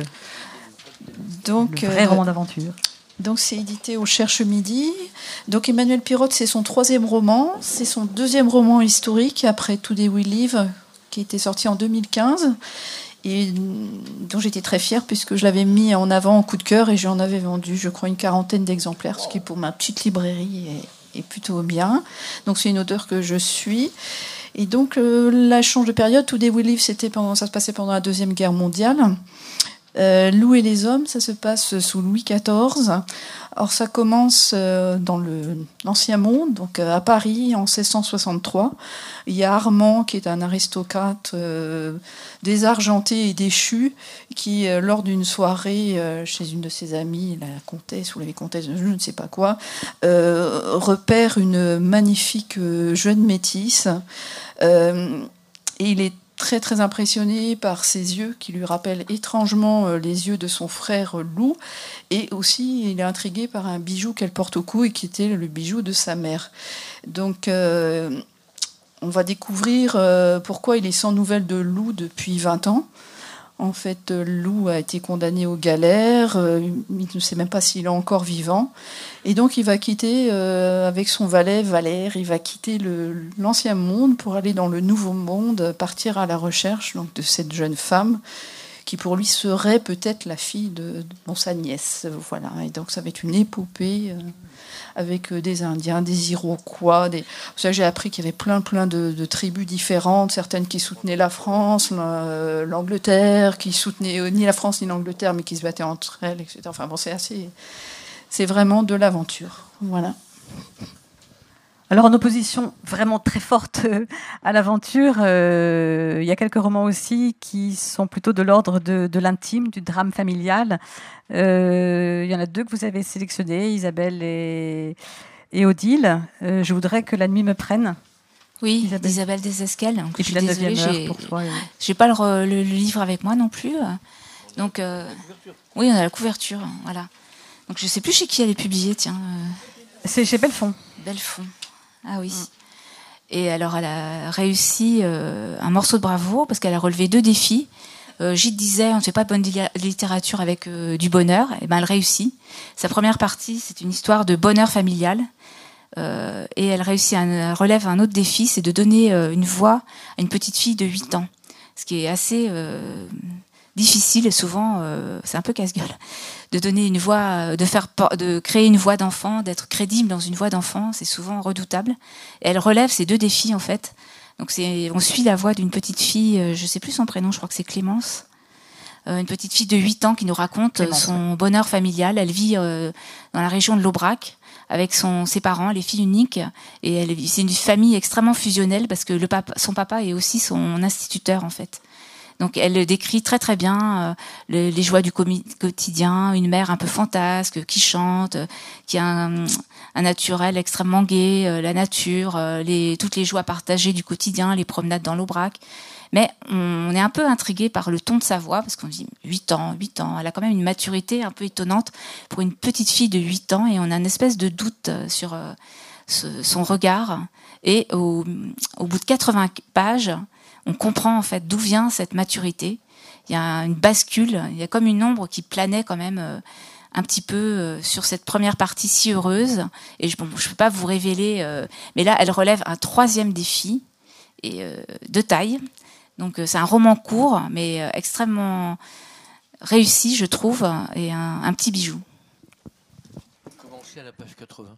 donc, le vrai euh, roman d'aventure. Donc c'est édité au Cherche Midi. Donc Emmanuel Pirotte, c'est son troisième roman, c'est son deuxième roman historique après Today We Live, qui était sorti en deux mille quinze et dont j'étais très fière puisque je l'avais mis en avant en coup de cœur et j'en avais vendu, je crois, une quarantaine d'exemplaires, ce qui pour ma petite librairie est, est plutôt bien. Donc c'est une auteure que je suis. Et donc euh, la change de période. Today We Live, c'était pendant, ça se passait pendant la Deuxième Guerre mondiale. Euh, Lou et les hommes, ça se passe sous Louis quatorze. Alors ça commence euh, dans le, l'Ancien Monde, donc euh, à Paris en seize cent soixante-trois. Il y a Armand qui est un aristocrate euh, désargenté et déchu qui, euh, lors d'une soirée euh, chez une de ses amies, la comtesse ou la vicomtesse, je ne sais pas quoi, euh, repère une magnifique euh, jeune métisse euh, et il est très très impressionné par ses yeux qui lui rappellent étrangement les yeux de son frère Lou, et aussi il est intrigué par un bijou qu'elle porte au cou et qui était le bijou de sa mère. Donc euh, on va découvrir euh, pourquoi il est sans nouvelles de Lou depuis vingt ans. En fait, Lou a été condamné aux galères, euh, il ne sait même pas s'il est encore vivant. Et donc, il va quitter, euh, avec son valet Valère, il va quitter le, l'ancien monde pour aller dans le nouveau monde, partir à la recherche donc, de cette jeune femme qui, pour lui, serait peut-être la fille de, de bon, sa nièce. Voilà. Et donc, ça va être une épopée euh, avec des Indiens, des Iroquois. Des... Ça, j'ai appris qu'il y avait plein, plein de, de tribus différentes, certaines qui soutenaient la France, la, l'Angleterre, qui soutenaient euh, ni la France ni l'Angleterre, mais qui se battaient entre elles, et cetera. Enfin bon, c'est assez... C'est vraiment de l'aventure. Voilà. Alors, en opposition vraiment très forte à l'aventure, euh, il y a quelques romans aussi qui sont plutôt de l'ordre de, de l'intime, du drame familial. Euh, il y en a deux que vous avez sélectionnés, Isabelle et, et Odile. Euh, je voudrais que la nuit me prenne. Oui, Isabelle, Isabelle Desescales. Et puis la neuvième heure pour toi. Oui. J'ai pas le, le, le livre avec moi non plus. Donc, euh, oui, on a la couverture. Voilà. Donc je ne sais plus chez qui elle est publiée, tiens. C'est chez Belfond. Belfond, ah oui. Mm. Et alors elle a réussi euh, un morceau de bravoure parce qu'elle a relevé deux défis. Euh, Gide disait, on ne fait pas de bonne littérature avec euh, du bonheur. Et ben elle réussit. Sa première partie, c'est une histoire de bonheur familial. Euh, et elle réussit, un, elle relève un autre défi, c'est de donner euh, une voix à une petite fille de huit ans. Ce qui est assez... Euh, difficile et souvent euh, c'est un peu casse-gueule de donner une voix, de faire, de créer une voix d'enfant, d'être crédible dans une voix d'enfant, c'est souvent redoutable. Et elle relève ces deux défis en fait. Donc c'est, on suit la voix d'une petite fille, euh, je sais plus son prénom, je crois que c'est Clémence, euh, une petite fille de huit ans qui nous raconte Clémence, son ouais. bonheur familial. Elle vit euh, dans la région de l'Aubrac avec son, ses parents, les filles uniques, et elle, c'est une famille extrêmement fusionnelle parce que le papa, son papa est aussi son instituteur en fait. Donc elle décrit très très bien euh, les, les joies du quotidien, une mère un peu fantasque qui chante, euh, qui a un, un naturel extrêmement gai, euh, la nature, euh, les, toutes les joies partagées du quotidien, les promenades dans l'Aubrac. Mais on, on est un peu intrigué par le ton de sa voix parce qu'on dit huit ans, huit ans, elle a quand même une maturité un peu étonnante pour une petite fille de huit ans et on a une espèce de doute sur euh, ce, son regard. Et au, au bout de quatre-vingts pages, on comprend en fait d'où vient cette maturité. Il y a une bascule, il y a comme une ombre qui planait quand même euh, un petit peu euh, sur cette première partie si heureuse. Et je ne bon, peux pas vous révéler, euh, mais là, elle relève un troisième défi et, euh, de taille. Donc euh, c'est un roman court, mais euh, extrêmement réussi, je trouve, et un, un petit bijou. Commencez à la page quatre-vingts.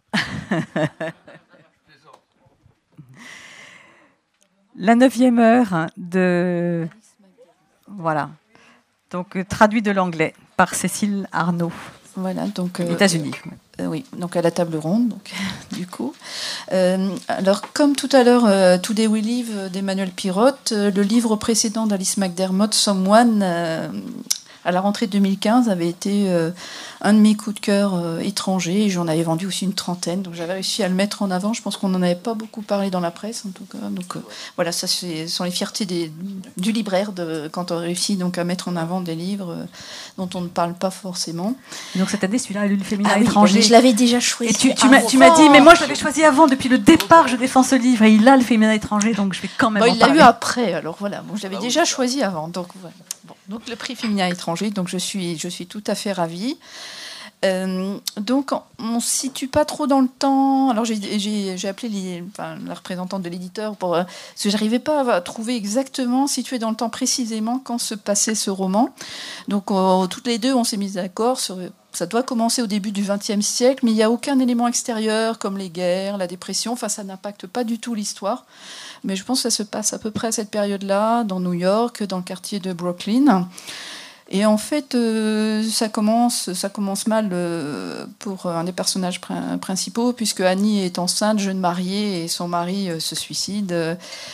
La neuvième heure de... Voilà. Donc, euh, traduit de l'anglais par Cécile Arnaud. Voilà, donc... Euh, États-Unis. Euh, oui, donc à la table ronde, donc, du coup. Euh, alors, comme tout à l'heure, euh, Today We Live d'Emmanuel Pirotte, euh, le livre précédent d'Alice McDermott, Someone, euh, à la rentrée deux mille quinze, avait été euh, un de mes coups de cœur euh, étrangers. Et j'en avais vendu aussi une trentaine. Donc j'avais réussi à le mettre en avant. Je pense qu'on n'en avait pas beaucoup parlé dans la presse, en tout cas. Donc euh, voilà, ça c'est, sont les fiertés des, du libraire de, quand on réussit donc, à mettre en avant des livres euh, dont on ne parle pas forcément. Donc cette année, celui-là, le féminin ah, oui, étranger. Je l'avais déjà choisi. Et tu, tu, m'as, tu m'as dit, mais moi je l'avais choisi avant. Depuis le départ, je défends ce livre. Et il a le féminin étranger, donc je vais quand même bon, en il parler. Il l'a eu après, alors voilà. Bon, je l'avais Ah déjà oui. choisi avant. Donc, voilà. Bon, donc le prix féminin étranger, donc je suis, je suis tout à fait ravie. Euh, donc on ne se situe pas trop dans le temps. Alors j'ai, j'ai, j'ai appelé les, enfin, la représentante de l'éditeur pour, euh, parce que je n'arrivais pas à trouver exactement, situé dans le temps précisément, quand se passait ce roman. Donc euh, toutes les deux, on s'est mis d'accord sur... Ça doit commencer au début du vingtième siècle, mais il n'y a aucun élément extérieur, comme les guerres, la dépression. Enfin, ça n'impacte pas du tout l'histoire. Mais je pense que ça se passe à peu près à cette période-là, dans New York, dans le quartier de Brooklyn. Et en fait, euh, ça, commence, ça commence mal euh, pour un des personnages pr- principaux, puisque Annie est enceinte, jeune mariée, et son mari euh, se suicide. Euh,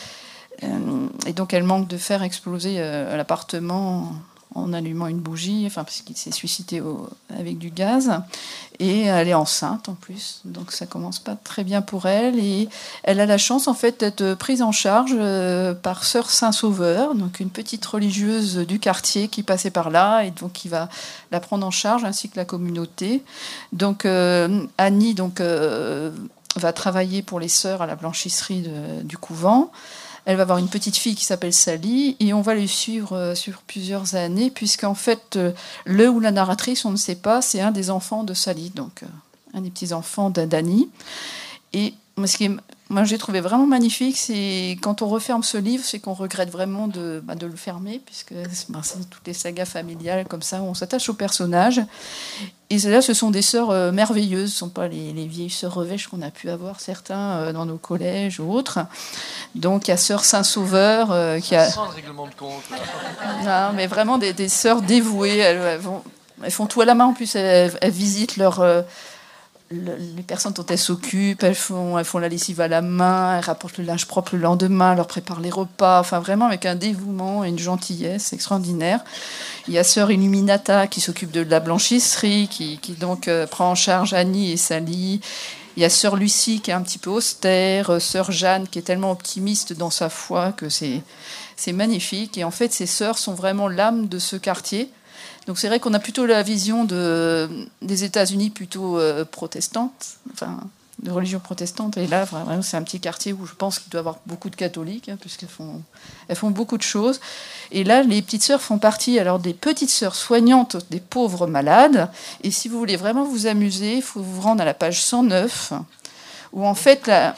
et donc, elle manque de faire exploser euh, l'appartement en allumant une bougie, enfin, parce qu'il s'est suicidé au, avec du gaz. Et elle est enceinte en plus, donc ça commence pas très bien pour elle. Et elle a la chance en fait d'être prise en charge euh, par Sœur Saint-Sauveur, donc une petite religieuse du quartier qui passait par là et donc qui va la prendre en charge, ainsi que la communauté. Donc euh, Annie donc euh, va travailler pour les sœurs à la blanchisserie de, du couvent. Elle va avoir une petite fille qui s'appelle Sally et on va le suivre euh, sur plusieurs années, puisqu'en fait, euh, le ou la narratrice, on ne sait pas, c'est un des enfants de Sally, donc euh, un des petits-enfants d'Annie. Et ce qui est, moi, j'ai trouvé vraiment magnifique, c'est quand on referme ce livre, c'est qu'on regrette vraiment de, bah, de le fermer, puisque bah, c'est toutes les sagas familiales comme ça, où on s'attache aux personnages. Et là, ce sont des sœurs euh, merveilleuses, ce ne sont pas les, les vieilles sœurs revêches qu'on a pu avoir certains euh, dans nos collèges ou autres. Donc, il y a Sœur Saint-Sauveur euh, qui a... Sans le règlement de compte. Non, mais vraiment des, des sœurs dévouées. Elles, elles, vont, elles font tout à la main. En plus, elles, elles visitent leur, euh, le, les personnes dont elles s'occupent. Elles font, elles font la lessive à la main. Elles rapportent le linge propre le lendemain. Elles leur préparent les repas. Enfin, vraiment avec un dévouement et une gentillesse extraordinaire. Il y a Sœur Illuminata qui s'occupe de la blanchisserie, qui, qui donc euh, prend en charge Annie et Sally. Il y a Sœur Lucie qui est un petit peu austère, Sœur Jeanne qui est tellement optimiste dans sa foi que c'est, c'est magnifique. Et en fait, ces sœurs sont vraiment l'âme de ce quartier. Donc c'est vrai qu'on a plutôt la vision de, des États-Unis plutôt euh, protestante, enfin de religion protestante. Et là, vraiment, c'est un petit quartier où je pense qu'il doit y avoir beaucoup de catholiques, hein, puisqu'elles font, elles font beaucoup de choses. Et là, les petites sœurs font partie alors des petites sœurs soignantes des pauvres malades. Et si vous voulez vraiment vous amuser, il faut vous rendre à la page cent neuf, où en fait la,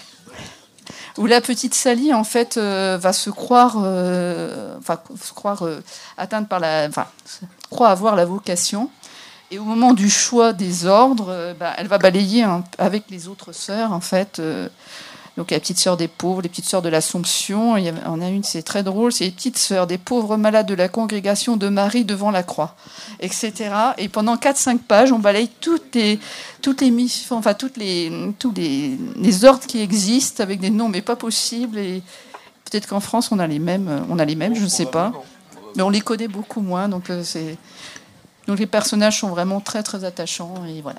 où la petite Sally en fait euh, va se croire, euh, enfin se croire euh, atteinte par la, enfin croit avoir la vocation. Et au moment du choix des ordres, euh, bah, elle va balayer hein, avec les autres sœurs, en fait. Euh, donc, il y a la petite sœur des pauvres, les petites sœurs de l'Assomption. Il y a, on a une, c'est très drôle, c'est les petites sœurs des pauvres malades de la congrégation de Marie devant la croix, et cetera. Et pendant quatre cinq pages, on balaye toutes les, toutes les missions, enfin, toutes les, tous les, les ordres qui existent avec des noms, mais pas possibles. Et peut-être qu'en France, on a les mêmes, on a les mêmes, je ne sais pas. Mais on les connaît beaucoup moins, donc euh, c'est... Donc les personnages sont vraiment très très attachants et voilà.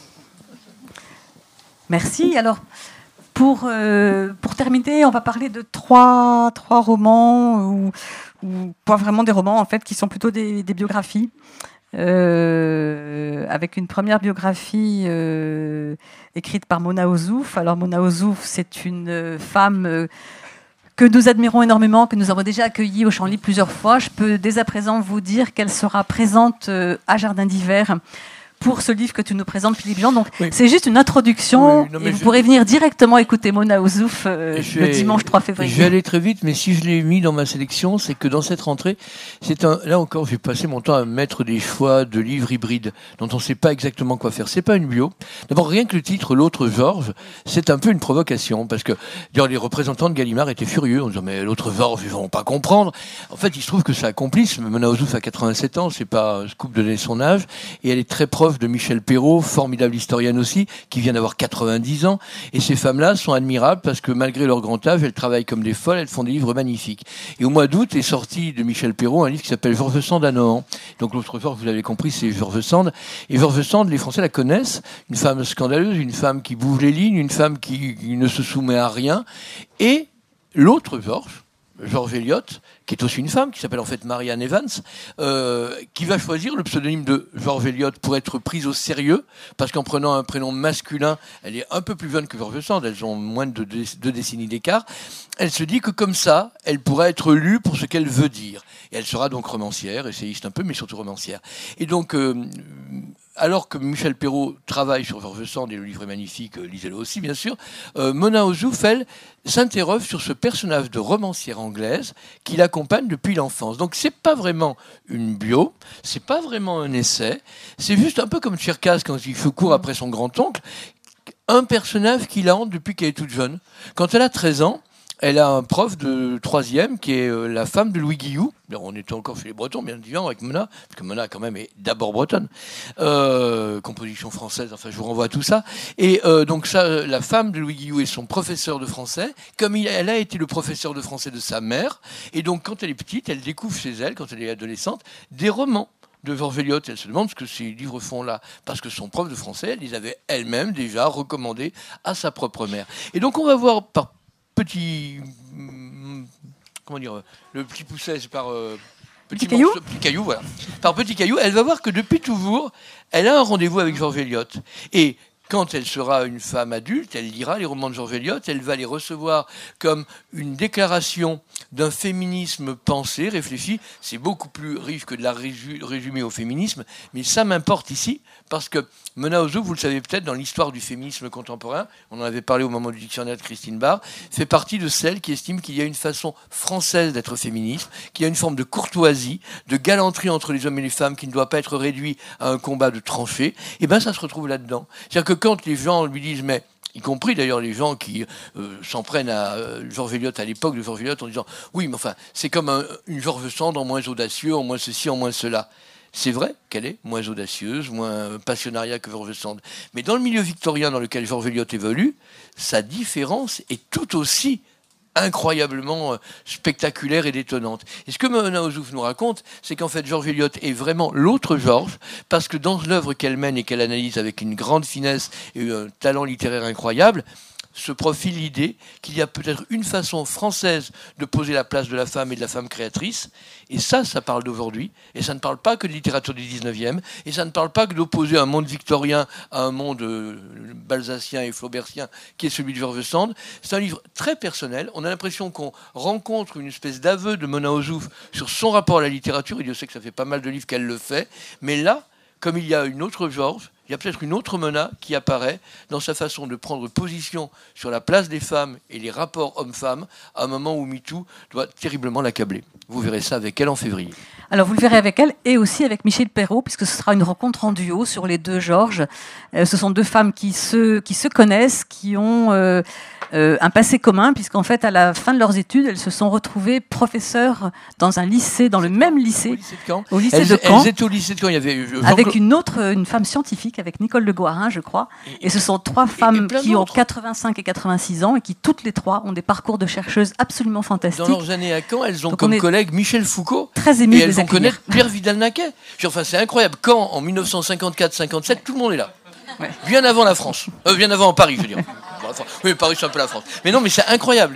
Merci. Alors pour euh, pour terminer, on va parler de trois trois romans ou, ou pas vraiment des romans en fait, qui sont plutôt des, des biographies. Euh, avec une première biographie euh, écrite par Mona Ozouf. Alors Mona Ozouf, c'est une femme euh, que nous admirons énormément, que nous avons déjà accueillie au Champ Libre plusieurs fois. Je peux dès à présent vous dire qu'elle sera présente à Jardin d'hiver pour ce livre que tu nous présentes, Philippe Jean. Donc, oui. C'est juste une introduction. Oui, non, et vous je... pourrez venir directement écouter Mona Ozouf euh, le vais, dimanche trois février. Je vais aller très vite, mais si je l'ai mis dans ma sélection, c'est que dans cette rentrée, c'est un, là encore, j'ai passé mon temps à mettre des choix de livres hybrides dont on ne sait pas exactement quoi faire. C'est pas une bio. D'abord, rien que le titre, L'autre Georges, c'est un peu une provocation, parce que d'ailleurs, les représentants de Gallimard étaient furieux en disant, mais l'autre Georges, ils vont pas comprendre. En fait, il se trouve que c'est un complice. Mona Ozouf a quatre-vingt-sept ans, c'est pas un scoop de donner son âge, et elle est très proche prof de Michel Perrault, formidable historienne aussi, qui vient d'avoir quatre-vingt-dix ans. Et ces femmes-là sont admirables parce que malgré leur grand âge, elles travaillent comme des folles, elles font des livres magnifiques. Et au mois d'août est sorti de Michel Perrault un livre qui s'appelle George Sand à Nohant. Donc l'autre George, vous l'avez compris, c'est George Sand. Et George Sand, les Français la connaissent. Une femme scandaleuse, une femme qui bouge les lignes, une femme qui, qui ne se soumet à rien. Et l'autre George, George Eliot, qui est aussi une femme, qui s'appelle en fait Marianne Evans, euh, qui va choisir le pseudonyme de George Eliot pour être prise au sérieux, parce qu'en prenant un prénom masculin, elle est un peu plus jeune que George Sand, elles ont moins de deux, deux décennies d'écart, elle se dit que comme ça, elle pourra être lue pour ce qu'elle veut dire. Et elle sera donc romancière, essayiste un peu, mais surtout romancière. Et donc... Euh, alors que Michel Perrault travaille sur George Sand, et le livre est magnifique, lisez-le aussi bien sûr, euh, Mona Ozouf, elle, s'interroge sur ce personnage de romancière anglaise qui l'accompagne depuis l'enfance. Donc c'est pas vraiment une bio, c'est pas vraiment un essai, c'est juste un peu comme Tcherkas quand il fait court après son grand-oncle, un personnage qui la hante depuis qu'elle est toute jeune. Quand elle a treize ans, elle a un prof de troisième qui est euh, la femme de Louis Guillou. Alors, on était encore chez les Bretons, bien évidemment, avec Mona, parce que Mona, quand même, est d'abord bretonne. Euh, composition française, enfin, je vous renvoie à tout ça. Et euh, donc, ça, la femme de Louis Guillou est son professeur de français, comme il, elle a été le professeur de français de sa mère. Et donc, quand elle est petite, elle découvre chez elle, quand elle est adolescente, des romans de George Eliot. Elle se demande ce que ces livres font là, parce que son prof de français, elle les avait elle-même déjà recommandés à sa propre mère. Et donc, on va voir par petit, comment dire, le petit pousset par euh, petit, petit caillou, morceau, petit caillou, voilà, par petit caillou, elle va voir que depuis toujours, elle a un rendez-vous avec George Eliot. Et quand elle sera une femme adulte, elle lira les romans de George Eliot, elle va les recevoir comme une déclaration d'un féminisme pensé, réfléchi. C'est beaucoup plus riche que de la résumer au féminisme, mais ça m'importe ici, parce que Mona Ozouf, vous le savez peut-être, dans l'histoire du féminisme contemporain, on en avait parlé au moment du dictionnaire de Christine Barr, fait partie de celles qui estiment qu'il y a une façon française d'être féministe, qu'il y a une forme de courtoisie, de galanterie entre les hommes et les femmes qui ne doit pas être réduit à un combat de tranchées. Et bien ça se retrouve là-dedans. C'est-à-dire que quand les gens lui disent, mais y compris d'ailleurs les gens qui euh, s'en prennent à euh, George Eliot à l'époque de George Eliot en disant oui mais enfin c'est comme un, une George Sand en moins audacieux, en moins ceci, en moins cela. C'est vrai qu'elle est moins audacieuse, moins passionnariat que George Sand. Mais dans le milieu victorien dans lequel George Eliot évolue, sa différence est tout aussi incroyablement spectaculaire et détonnante. Et ce que Mona Ozouf nous raconte, c'est qu'en fait George Eliot est vraiment l'autre George, parce que dans l'œuvre qu'elle mène et qu'elle analyse avec une grande finesse et un talent littéraire incroyable, se profile l'idée qu'il y a peut-être une façon française de poser la place de la femme et de la femme créatrice. Et ça, ça parle d'aujourd'hui. Et ça ne parle pas que de littérature du dix-neuvième. Et ça ne parle pas que d'opposer un monde victorien à un monde euh, balsacien et flaubertien qui est celui de George Sand. C'est un livre très personnel. On a l'impression qu'on rencontre une espèce d'aveu de Mona Ozouf sur son rapport à la littérature. Et Dieu sait que ça fait pas mal de livres qu'elle le fait. Mais là, comme il y a une autre George, il y a peut-être une autre Mona qui apparaît dans sa façon de prendre position sur la place des femmes et les rapports hommes-femmes à un moment où MeToo doit terriblement l'accabler. Vous verrez ça avec elle en février. Alors vous le verrez avec elle et aussi avec Michel Perrault, puisque ce sera une rencontre en duo sur les deux Georges. Euh, ce sont deux femmes qui se, qui se connaissent, qui ont euh, euh, un passé commun, puisqu'en fait, à la fin de leurs études, elles se sont retrouvées professeurs dans un lycée, dans le même lycée. Au lycée de Caen. Au lycée elles, de Caen. Elles étaient au lycée de Caen. Il y avait Jean avec une autre, une femme scientifique, avec Nicole Le Guarin, je crois. Et, et ce sont trois femmes et, et qui ont quatre-vingt-cinq et quatre-vingt-six ans et qui, toutes les trois, ont des parcours de chercheuses absolument fantastiques. Dans leurs années à Caen, elles ont Donc comme collègue Michel Foucault. Très émues et elles de vont connaître Pierre Vidal-Naquet. Enfin, c'est incroyable. Caen, en mille neuf cent cinquante-quatre cinquante-sept, tout le monde est là. Ouais. Bien avant la France. Euh, bien avant Paris, je veux dire. Enfin, oui, Paris, c'est un peu la France. Mais non, mais c'est incroyable.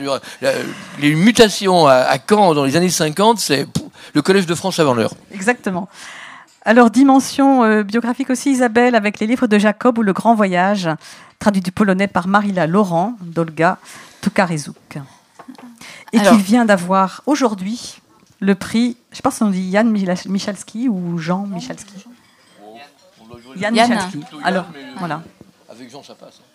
Les mutations à Caen dans les années cinquante, c'est le Collège de France avant l'heure. Exactement. Alors, dimension euh, biographique aussi, Isabelle, avec les livres de Jacob ou Le Grand Voyage, traduit du polonais par Marila Laurent, d'Olga Tokarczuk. Et Alors, qui vient d'avoir aujourd'hui le prix, je pense qu'on dit Jan Michalski ou Jean Michalski. Jan Michalski. Alors, voilà. Avec Jean, ça passe.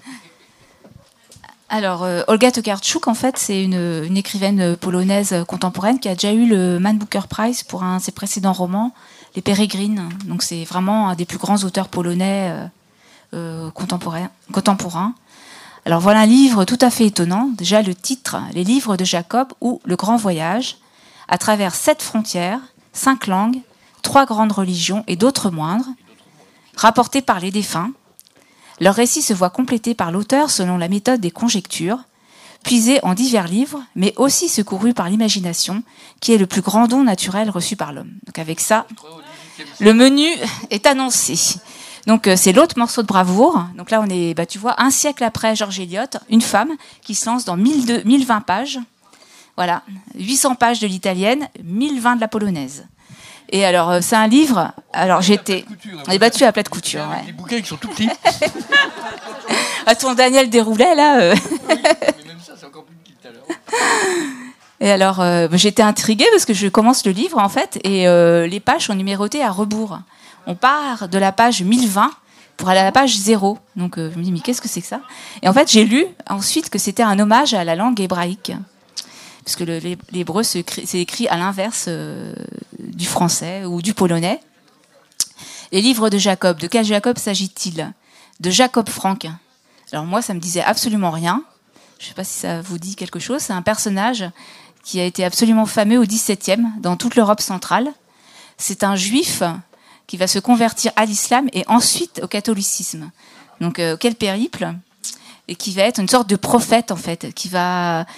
Alors, euh, Olga Tokarczuk, en fait, c'est une, une écrivaine polonaise contemporaine qui a déjà eu le Man Booker Prize pour un de ses précédents romans, Les Pérégrines. Donc, c'est vraiment un des plus grands auteurs polonais euh, euh, contemporains. contemporains. Alors, voilà un livre tout à fait étonnant. Déjà, le titre, Les livres de Jacob ou Le Grand Voyage, à travers sept frontières, cinq langues, trois grandes religions et d'autres moindres. rapportés par les défunts. Leur récit se voit complété par l'auteur selon la méthode des conjectures, puisé en divers livres, mais aussi secouru par l'imagination, qui est le plus grand don naturel reçu par l'homme. Donc avec ça, le menu est annoncé. Donc c'est l'autre morceau de bravoure. Donc là on est, bah, tu vois, un siècle après George Eliot, une femme qui se lance dans mille deux, mille vingt pages. Voilà, huit cents pages de l'italienne, mille vingt de la polonaise. Et alors, euh, c'est un livre. Alors, j'étais. On est battu à plat de couture. Ouais. Les bouquins qui sont tout petits. À ton Daniel déroulait, là. Euh... Oui, mais même ça, c'est encore plus petit tout à l'heure. Et alors, euh, j'étais intriguée parce que je commence le livre, en fait, et euh, les pages sont numérotées à rebours. On part de la page mille vingt pour aller à la page zéro. Donc, euh, je me dis, mais qu'est-ce que c'est que ça ? Et en fait, j'ai lu ensuite que c'était un hommage à la langue hébraïque. Parce que le, l'hébreu, c'est écrit à l'inverse euh, du français ou du polonais. Les livres de Jacob, de quel Jacob s'agit-il ? De Jacob Frank. Alors moi, ça me disait absolument rien. Je ne sais pas si ça vous dit quelque chose. C'est un personnage qui a été absolument fameux au dix-septième, dans toute l'Europe centrale. C'est un juif qui va se convertir à l'islam et ensuite au catholicisme. Donc euh, quel périple ! Et qui va être une sorte de prophète, en fait, qui va...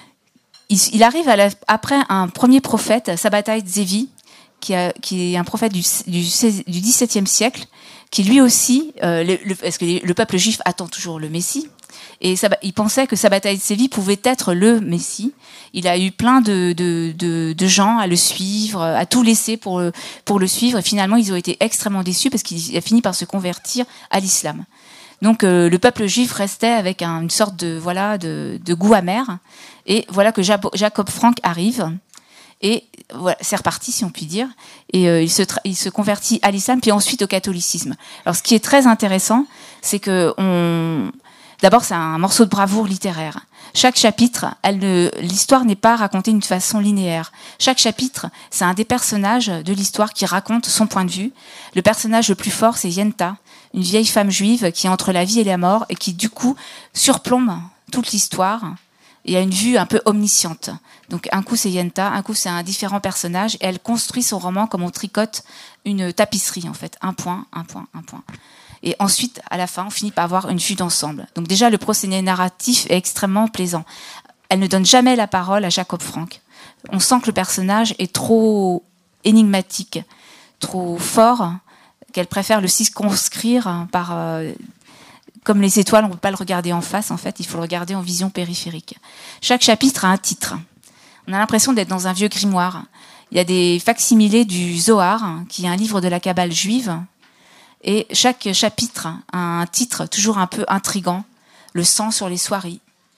Il arrive à la, après un premier prophète, Sabbatai Zevi, qui, a, qui est un prophète du, du, du dix-septième siècle, qui lui aussi, euh, le, le, parce que le peuple juif attend toujours le Messie, et ça, il pensait que Sabbatai Zevi pouvait être le Messie. Il a eu plein de, de, de, de gens à le suivre, à tout laisser pour, pour le suivre, et finalement ils ont été extrêmement déçus parce qu'il a fini par se convertir à l'islam. Donc euh, le peuple juif restait avec un, une sorte de voilà de, de goût amer. Et voilà que Jacob Frank arrive. Et voilà, c'est reparti, si on peut dire. Et euh, il, se tra- il se convertit à l'islam, puis ensuite au catholicisme. Alors ce qui est très intéressant, c'est que on... d'abord c'est un morceau de bravoure littéraire. Chaque chapitre, elle ne... l'histoire n'est pas racontée d'une façon linéaire. Chaque chapitre, c'est un des personnages de l'histoire qui raconte son point de vue. Le personnage le plus fort, c'est Yenta, une vieille femme juive qui est entre la vie et la mort et qui, du coup, surplombe toute l'histoire et a une vue un peu omnisciente. Donc, un coup, c'est Yenta, un coup, c'est un différent personnage et elle construit son roman comme on tricote une tapisserie, en fait. Un point, un point, un point. Et ensuite, à la fin, on finit par avoir une vue d'ensemble. Donc, déjà, le procédé narratif est extrêmement plaisant. Elle ne donne jamais la parole à Jacob Frank. On sent que le personnage est trop énigmatique, trop fort, qu'elle préfère le circonscrire par... Euh, comme les étoiles, on ne peut pas le regarder en face, en fait, il faut le regarder en vision périphérique. Chaque chapitre a un titre. On a l'impression d'être dans un vieux grimoire. Il y a des facsimilés du Zohar, qui est un livre de la Kabbale juive, et chaque chapitre a un titre toujours un peu intriguant, le sang sur les soieries.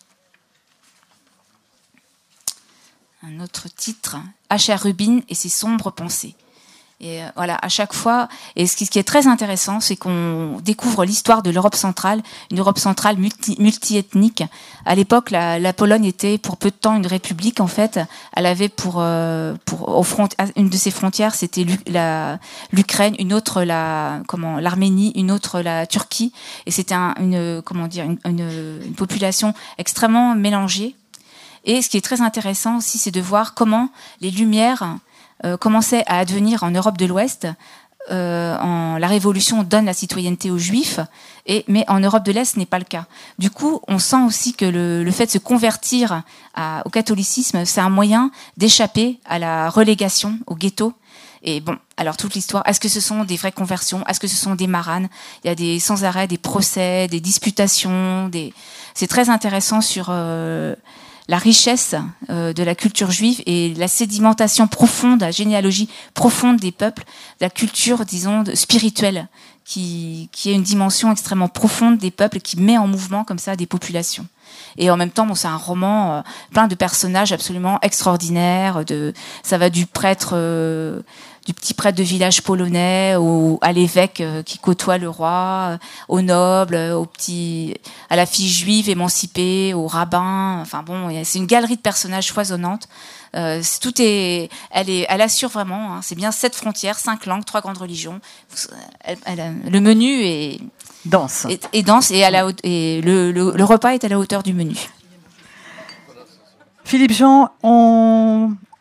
Un autre titre, Asher Rubin et ses sombres pensées. Et euh, voilà, à chaque fois, et ce qui, ce qui est très intéressant, c'est qu'on découvre l'histoire de l'Europe centrale, une Europe centrale multi, multi-ethnique. À l'époque, la, la Pologne était pour peu de temps une république, en fait. Elle avait pour, euh, pour au front, une de ses frontières, c'était la, l'Ukraine, une autre la, comment, l'Arménie, une autre la Turquie. Et c'était un, une, comment dire, une, une, une population extrêmement mélangée. Et ce qui est très intéressant aussi, c'est de voir comment les Lumières Euh, commençait à advenir en Europe de l'Ouest. Euh, en, la Révolution donne la citoyenneté aux Juifs, et, mais en Europe de l'Est, ce n'est pas le cas. Du coup, on sent aussi que le, le fait de se convertir à, au catholicisme, c'est un moyen d'échapper à la relégation, au ghetto. Et bon, alors toute l'histoire, est-ce que ce sont des vraies conversions ? Est-ce que ce sont des maranes ? Il y a des, sans arrêt des procès, des disputations. Des... C'est très intéressant sur... Euh, la richesse euh, de la culture juive et la sédimentation profonde, la généalogie profonde des peuples, la culture, disons, de, spirituelle, qui, qui est une dimension extrêmement profonde des peuples, qui met en mouvement comme ça des populations. Et en même temps, bon, c'est un roman euh, plein de personnages absolument extraordinaires. De, ça va du prêtre, euh, du petit prêtre de village polonais, au, à l'évêque euh, qui côtoie le roi, euh, au noble, euh, au petit, à la fille juive émancipée, au rabbin. Enfin bon, c'est une galerie de personnages foisonnante. Euh, c'est, tout est, elle est, elle assure vraiment. Hein, c'est bien sept frontières, cinq langues, trois grandes religions. Elle, elle, le menu est dense. Et, et dense et, à la, et le, le, le repas est à la hauteur du menu. Philippe Jean, on,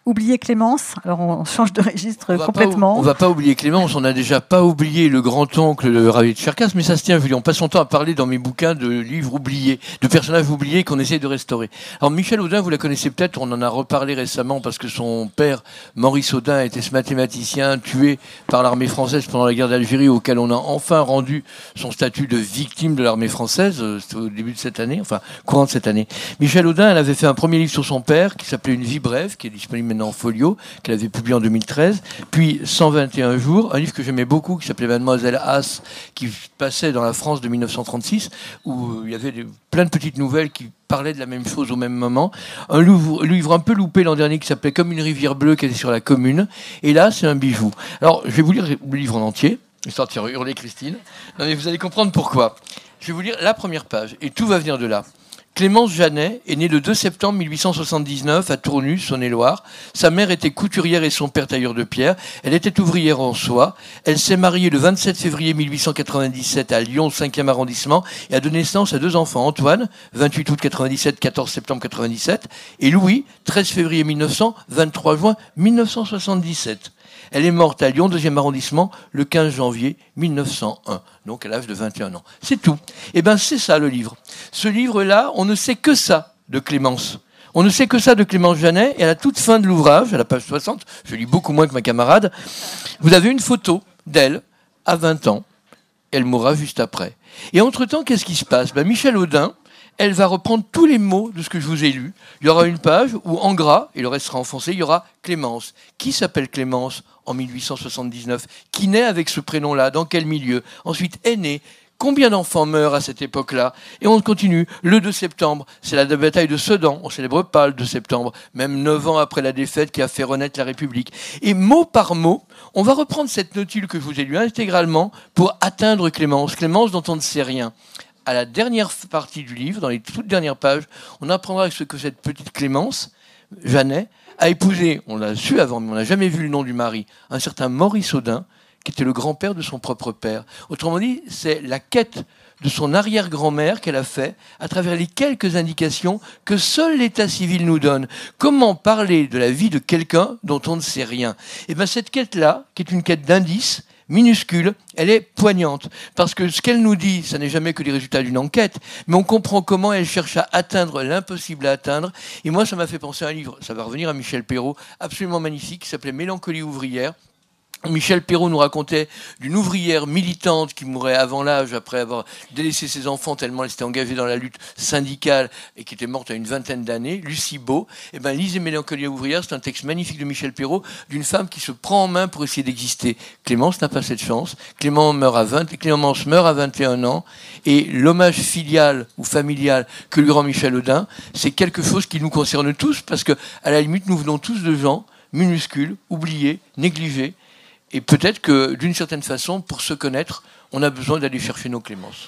oublier Clémence. Alors on change de registre On complètement. Pas, on va pas oublier Clémence, on n'a déjà pas oublié le grand-oncle de Ravier de Cherkas, mais ça se tient, Julien. On passe son temps à parler dans mes bouquins de livres oubliés, de personnages oubliés qu'on essaie de restaurer. Alors Michel Audin, vous la connaissez peut-être, on en a reparlé récemment parce que son père, Maurice Audin, était ce mathématicien tué par l'armée française pendant la guerre d'Algérie, auquel on a enfin rendu son statut de victime de l'armée française, c'était au début de cette année, enfin courant de cette année. Michel Audin, elle avait fait un premier livre sur son père qui s'appelait Une vie brève, qui est disponible maintenant en folio, qu'elle avait publié en deux mille treize, puis cent vingt et un jours, un livre que j'aimais beaucoup qui s'appelait Mademoiselle Haas, qui passait dans la France de mille neuf cent trente-six, où il y avait des, plein de petites nouvelles qui parlaient de la même chose au même moment. Un livre, livre un peu loupé l'an dernier qui s'appelait Comme une rivière bleue, qui était sur la Commune, et là c'est un bijou. Alors je vais vous lire le livre en entier, histoire de faire hurler Christine, non mais vous allez comprendre pourquoi. Je vais vous lire la première page, et tout va venir de là. Clémence Janet est née le deux septembre mille huit cent soixante-dix-neuf à Tournus, Saône-et-Loire. Sa mère était couturière et son père tailleur de pierre. Elle était ouvrière en soie. Elle s'est mariée le vingt-sept février mille huit cent quatre-vingt-dix-sept à Lyon, cinquième arrondissement, et a donné naissance à deux enfants, Antoine, vingt-huit août quatre-vingt-dix-sept, quatorze septembre quatre-vingt-dix-sept, et Louis, treize février mille neuf cents, vingt-trois juin mille neuf cent soixante-dix-sept. Elle est morte à Lyon, deuxième arrondissement, le quinze janvier mille neuf cent un, donc à l'âge de vingt et un ans. C'est tout. Eh bien, c'est ça le livre. Ce livre-là, on ne sait que ça de Clémence. On ne sait que ça de Clémence Janet, et à la toute fin de l'ouvrage, à la page soixante, je lis beaucoup moins que ma camarade, vous avez une photo d'elle à vingt ans. Elle mourra juste après. Et entre-temps, qu'est-ce qui se passe ? Ben, Michel Audin, elle va reprendre tous les mots de ce que je vous ai lu. Il y aura une page où, en gras, et le reste sera enfoncé, il y aura Clémence. Qui s'appelle Clémence en mille huit cent soixante-dix-neuf ? Qui naît avec ce prénom-là ? Dans quel milieu ? Ensuite, est née. Combien d'enfants meurent à cette époque-là ? Et on continue. Le deux septembre, c'est la bataille de Sedan. On célèbre pas le deux septembre, même neuf ans après la défaite qui a fait renaître la République. Et mot par mot, on va reprendre cette notule que je vous ai lue intégralement pour atteindre Clémence. Clémence dont on ne sait rien. À la dernière partie du livre, dans les toutes dernières pages, on apprendra ce que cette petite Clémence, Janet, a épousé, on l'a su avant, mais on n'a jamais vu le nom du mari, un certain Maurice Audin, qui était le grand-père de son propre père. Autrement dit, c'est la quête de son arrière-grand-mère qu'elle a fait à travers les quelques indications que seul l'état civil nous donne. Comment parler de la vie de quelqu'un dont on ne sait rien ? Et bien cette quête-là, qui est une quête d'indices, minuscule, elle est poignante. Parce que ce qu'elle nous dit, ça n'est jamais que les résultats d'une enquête, mais on comprend comment elle cherche à atteindre l'impossible à atteindre. Et moi, ça m'a fait penser à un livre, ça va revenir à Michel Perrault, absolument magnifique, qui s'appelait Mélancolie ouvrière. Michel Perrault nous racontait d'une ouvrière militante qui mourait avant l'âge, après avoir délaissé ses enfants tellement elle s'était engagée dans la lutte syndicale et qui était morte à une vingtaine d'années, Lucie Beau. Eh ben, lisez Mélancolie ouvrière, c'est un texte magnifique de Michel Perrault d'une femme qui se prend en main pour essayer d'exister. Clémence n'a pas cette chance. Clémence meurt à vingt, Clémence meurt à vingt et un ans, et l'hommage filial ou familial que lui rend Michel Audin, c'est quelque chose qui nous concerne tous, parce que à la limite, nous venons tous de gens minuscules, oubliés, négligés. Et peut-être que, d'une certaine façon, pour se connaître, on a besoin d'aller chercher nos Clémences.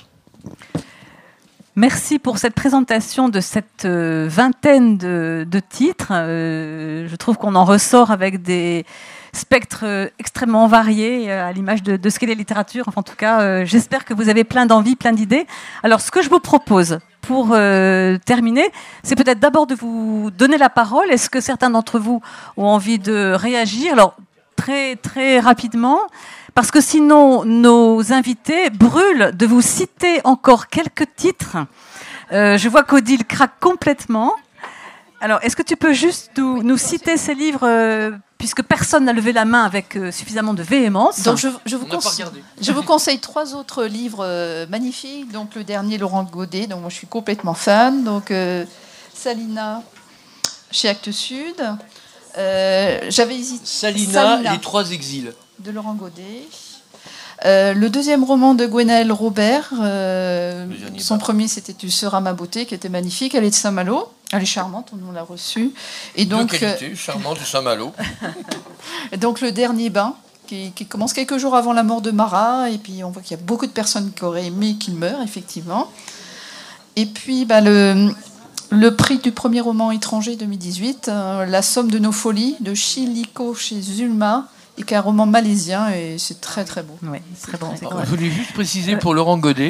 Merci pour cette présentation de cette euh, vingtaine de, de titres. Euh, je trouve qu'on en ressort avec des spectres euh, extrêmement variés, euh, à l'image de, de ce qu'est la littérature. Enfin, en tout cas, euh, j'espère que vous avez plein d'envie, plein d'idées. Alors, ce que je vous propose pour euh, terminer, c'est peut-être d'abord de vous donner la parole. Est-ce que certains d'entre vous ont envie de réagir ? Alors, très très rapidement, parce que sinon nos invités brûlent de vous citer encore quelques titres. Euh, je vois qu'Odile craque complètement. Alors, est-ce que tu peux juste nous, nous citer ces livres, euh, puisque personne n'a levé la main avec euh, suffisamment de véhémence. Donc je, je, vous, conse- je vous conseille trois autres livres euh, magnifiques. Donc le dernier, Laurent Godet, donc moi je suis complètement fan. Donc euh, Salina, chez Actes Sud. Euh, j'avais hésité. Salina, Salina, les trois exils. De Laurent Godet. Euh, le deuxième roman de Gwenaëlle Robert, euh, son premier c'était Tu seras ma beauté, qui était magnifique. Elle est de Saint-Malo, elle est charmante, on l'a reçue. Et donc, de qualité, euh, charmante de Saint-Malo. Et donc le dernier bain, qui, qui commence quelques jours avant la mort de Marat, et puis on voit qu'il y a beaucoup de personnes qui auraient aimé qu'il meure, effectivement. Et puis bah, le... Le prix du premier roman étranger deux mille dix-huit, euh, La somme de nos folies, de Chiliko chez Zulma, et qui est un roman malaisien, et c'est très très beau. Oui, c'est très bon. C'est Alors, je voulais juste préciser pour Laurent Godet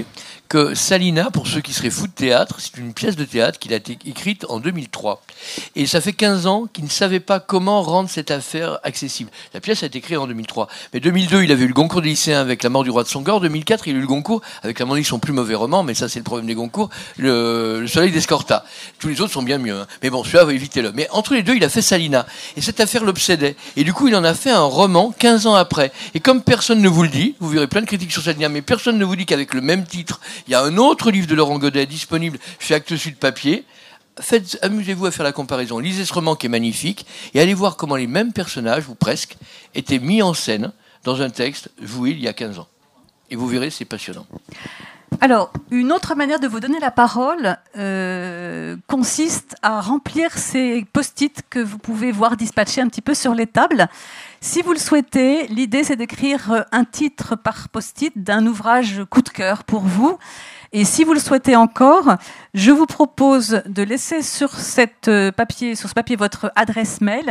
que Salina, pour ceux qui seraient fous de théâtre, c'est une pièce de théâtre qu'il a été écrite en deux mille trois. Et ça fait quinze ans qu'il ne savait pas comment rendre cette affaire accessible. La pièce a été écrite en deux mille trois. Mais deux mille deux, il avait eu le Goncourt des lycéens avec La mort du roi de Songor. deux mille quatre, il a eu le Goncourt avec, à mon avis, son plus mauvais roman, mais ça c'est le problème des Goncourt, le, le Soleil d'Escorta. Tous les autres sont bien mieux. Hein. Mais bon, celui-là, évitez-le. Mais entre les deux, il a fait Salina. Et cette affaire l'obsédait. Et du coup, il en a fait un roman quinze ans après. Et comme personne ne vous le dit, vous verrez plein de critiques sur Salina, mais personne ne vous dit qu'avec le même titre, il y a un autre livre de Laurent Godet disponible chez Actes Sud Papier. Faites, amusez-vous à faire la comparaison. Lisez ce roman qui est magnifique et allez voir comment les mêmes personnages, ou presque, étaient mis en scène dans un texte joué il y a quinze ans. Et vous verrez, c'est passionnant. Alors, une autre manière de vous donner la parole euh, consiste à remplir ces post-it que vous pouvez voir dispatchés un petit peu sur les tables. Si vous le souhaitez, l'idée c'est d'écrire un titre par post-it d'un ouvrage coup de cœur pour vous. Et si vous le souhaitez encore, je vous propose de laisser sur, cette papier, sur ce papier votre adresse mail.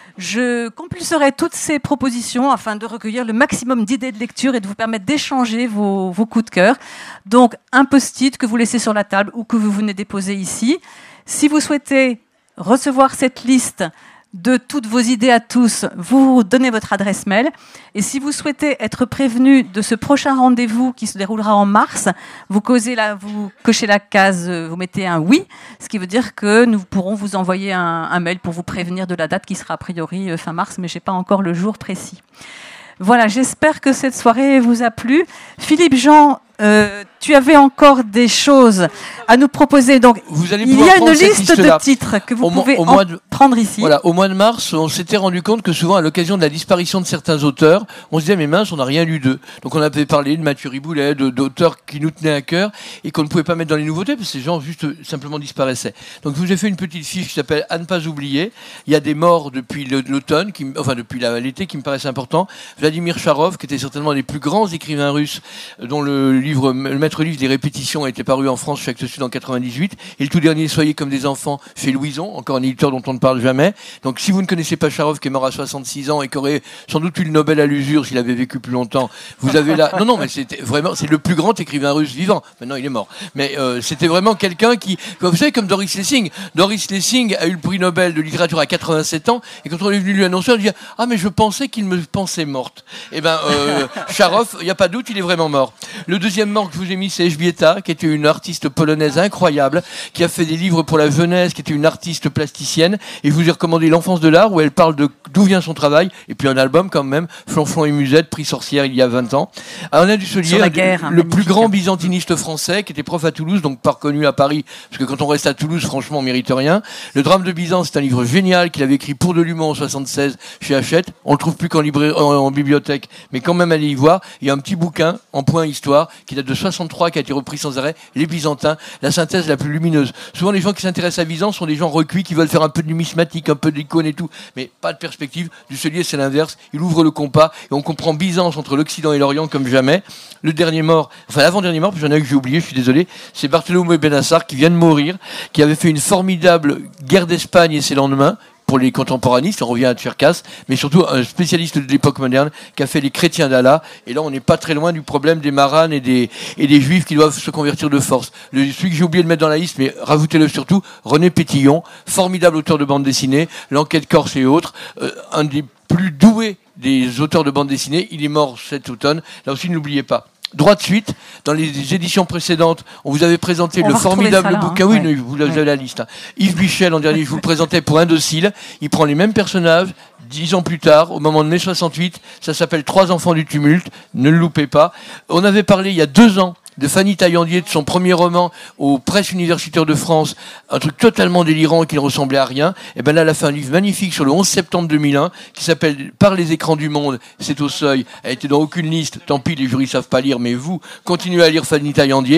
Je compulserai toutes ces propositions afin de recueillir le maximum d'idées de lecture et de vous permettre d'échanger vos, vos coups de cœur. Donc, un post-it que vous laissez sur la table ou que vous venez déposer ici. Si vous souhaitez recevoir cette liste de toutes vos idées à tous, vous donnez votre adresse mail. Et si vous souhaitez être prévenu de ce prochain rendez-vous qui se déroulera en mars, vous, causez la, vous cochez la case, vous mettez un oui, ce qui veut dire que nous pourrons vous envoyer un, un mail pour vous prévenir de la date qui sera a priori fin mars, mais je n'ai pas encore le jour précis. Voilà, j'espère que cette soirée vous a plu. Philippe Jean, euh, tu avais encore des choses à nous proposer. Donc, vous allez il y a une liste, liste de titres que vous au pouvez mo- au mois de, prendre ici. Voilà, au mois de mars, on s'était rendu compte que souvent, à l'occasion de la disparition de certains auteurs, on se disait, mais mince, on n'a rien lu d'eux. Donc, on avait parlé de Mathieu Riboulet, de, d'auteurs qui nous tenaient à cœur et qu'on ne pouvait pas mettre dans les nouveautés parce que ces gens juste simplement disparaissaient. Donc, je vous ai fait une petite fiche qui s'appelle À ne pas oublier. Il y a des morts depuis l'automne, qui, enfin, depuis la, l'été, qui me paraissent importants. Vladimir Charov, qui était certainement un des plus grands écrivains russes, dont le livre, le maître livre des répétitions a été paru en France chez Actes Sud en quatre-vingt-dix-huit. Et le tout dernier, Soyez comme des enfants, chez Louison, encore un éditeur dont on ne parle jamais. Donc, si vous ne connaissez pas Charov, qui est mort à soixante-six ans et qui aurait sans doute eu le Nobel à l'usure s'il avait vécu plus longtemps, vous avez là, non, non, mais c'était vraiment, c'est le plus grand écrivain russe vivant. Maintenant, il est mort. Mais, euh, c'était vraiment quelqu'un qui, vous savez, comme Doris Lessing. Doris Lessing a eu le prix Nobel de littérature à quatre-vingt-sept ans. Et quand on est venu lui annoncer, on dit, ah, mais je pensais qu'il me pensait morte. Eh ben, euh, Charov, il n'y a pas de doute, il est vraiment mort. Le deuxième mort que je vous ai mis, c'est Elżbieta, qui était une artiste polonaise incroyable, qui a fait des livres pour la jeunesse, qui était une artiste plasticienne. Et je vous ai recommandé L'enfance de l'art, où elle parle de d'où vient son travail, et puis un album quand même, Flonflon et Musette, prix Sorcière il y a vingt ans. Alain Dussolier, la guerre, le, hein, le plus grand byzantiniste français, qui était prof à Toulouse, donc pas reconnu à Paris, parce que quand on reste à Toulouse, franchement, on mérite rien. Le drame de Byzance, c'est un livre génial qu'il avait écrit pour Delumeau en soixante-seize chez Hachette. On le trouve plus qu'en librairie, en, en bibliothèque, mais quand même allez y voir. Il y a un petit bouquin en point histoire qui date de soixante-trois, qui a été repris sans arrêt, Les Byzantins, la synthèse la plus lumineuse. Souvent, les gens qui s'intéressent à Byzance sont des gens recuits qui veulent faire un peu de numismatique, un peu d'icône et tout, mais pas de perspective. Dussolier, c'est l'inverse. Il ouvre le compas et on comprend Byzance entre l'Occident et l'Orient comme jamais. Le dernier mort, enfin l'avant-dernier mort, j'en ai un que j'ai oublié, je suis désolé, c'est Bartholomew Benassar qui vient de mourir, qui avait fait une formidable guerre d'Espagne et ses lendemains. Pour les contemporanistes, on revient à Tcherkass, mais surtout un spécialiste de l'époque moderne qui a fait les chrétiens d'Allah. Et là, on n'est pas très loin du problème des maranes et des, et des juifs qui doivent se convertir de force. Le, celui que j'ai oublié de mettre dans la liste, mais rajoutez-le surtout, René Pétillon, formidable auteur de bande dessinée, L'Enquête corse et autres, euh, un des plus doués des auteurs de bande dessinée. Il est mort cet automne. Là aussi, n'oubliez pas. Droit de suite, dans les éditions précédentes, on vous avait présenté on le formidable là, bouquin. hein, oui, ouais. vous avez ouais. la liste. Hein. Yves Bichel, en dernier, je vous le présentais pour Indocile. Il prend les mêmes personnages, dix ans plus tard, au moment de mai soixante-huit. Ça s'appelle Trois enfants du tumulte. Ne le loupez pas. On avait parlé il y a deux ans de Fanny Taillandier, de son premier roman aux presses universitaires de France, un truc totalement délirant qui ne ressemblait à rien. Et ben là, elle a fait un livre magnifique sur le onze septembre deux mille un, qui s'appelle Par les écrans du monde, c'est au seuil. Elle était dans aucune liste. Tant pis, les jurys savent pas lire, mais vous, continuez à lire Fanny Taillandier.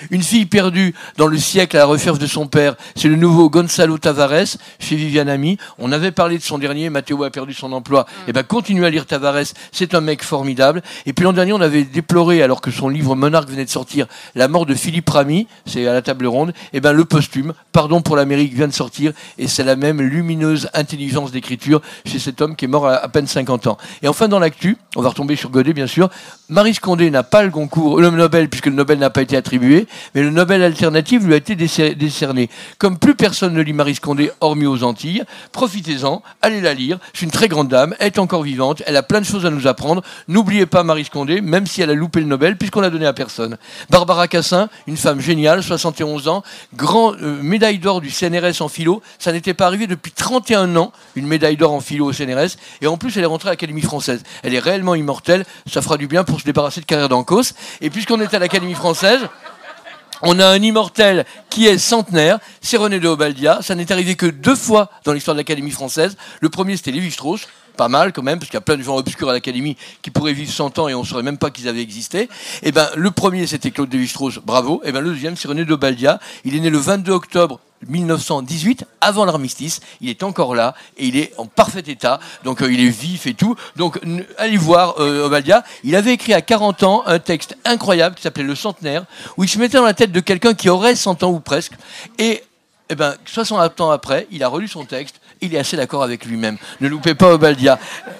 Une fille perdue dans le siècle à la recherche de son père, c'est le nouveau Gonzalo Tavares chez Viviane Ami. On avait parlé de son dernier, Mathéo a perdu son emploi. Mm. Et ben continuez à lire Tavares, c'est un mec formidable. Et puis l'an dernier, on avait déploré, alors que son livre Monarque venait de sortir, la mort de Philippe Ramy, c'est à la table ronde. Et ben le posthume, Pardon pour l'Amérique, vient de sortir, et c'est la même lumineuse intelligence d'écriture chez cet homme qui est mort à à peine cinquante ans. Et enfin dans l'actu, on va retomber sur Godet bien sûr. Maryse Condé n'a pas le Goncourt, le Nobel, puisque le Nobel n'a pas été attribué, mais le Nobel alternatif lui a été décerné. Comme plus personne ne lit Maryse Condé, hormis aux Antilles, profitez-en, allez la lire. C'est une très grande dame, elle est encore vivante, elle a plein de choses à nous apprendre. N'oubliez pas Maryse Condé, même si elle a loupé le Nobel, puisqu'on l'a donné à personne. Barbara Cassin, une femme géniale, soixante et onze ans, grand euh, médaille d'or du C N R S en philo. Ça n'était pas arrivé depuis trente et un ans, une médaille d'or en philo au C N R S. Et en plus, elle est rentrée à l'Académie française. Elle est réellement immortelle, ça fera du bien pour se débarrasser de carrière d'Ancos. Et puisqu'on est à l'Académie française, on a un immortel qui est centenaire, c'est René de Obaldia. Ça n'est arrivé que deux fois dans l'histoire de l'Académie française. Le premier, c'était Lévi-Strauss. Pas mal quand même, parce qu'il y a plein de gens obscurs à l'Académie qui pourraient vivre cent ans et on ne saurait même pas qu'ils avaient existé. Et ben, le premier, c'était Claude Lévi-Strauss, bravo. Et ben, le deuxième, c'est René de Obaldia. Il est né le vingt-deux octobre mille neuf cent dix-huit, avant l'armistice. Il est encore là et il est en parfait état. Donc euh, il est vif et tout. Donc n- allez voir euh, Obaldia. Il avait écrit à quarante ans un texte incroyable qui s'appelait Le Centenaire, où il se mettait dans la tête de quelqu'un qui aurait cent ans ou presque. Et eh ben, soixante ans après, il a relu son texte. Il est assez d'accord avec lui-même. Ne loupez pas Obaldia.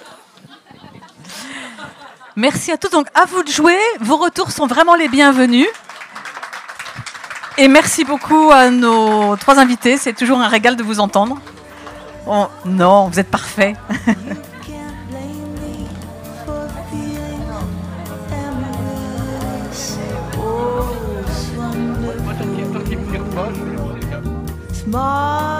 Merci à tous. Donc à vous de jouer. Vos retours sont vraiment les bienvenus. Et merci beaucoup à nos trois invités. C'est toujours un régal de vous entendre. Oh, non, vous êtes parfaits. Small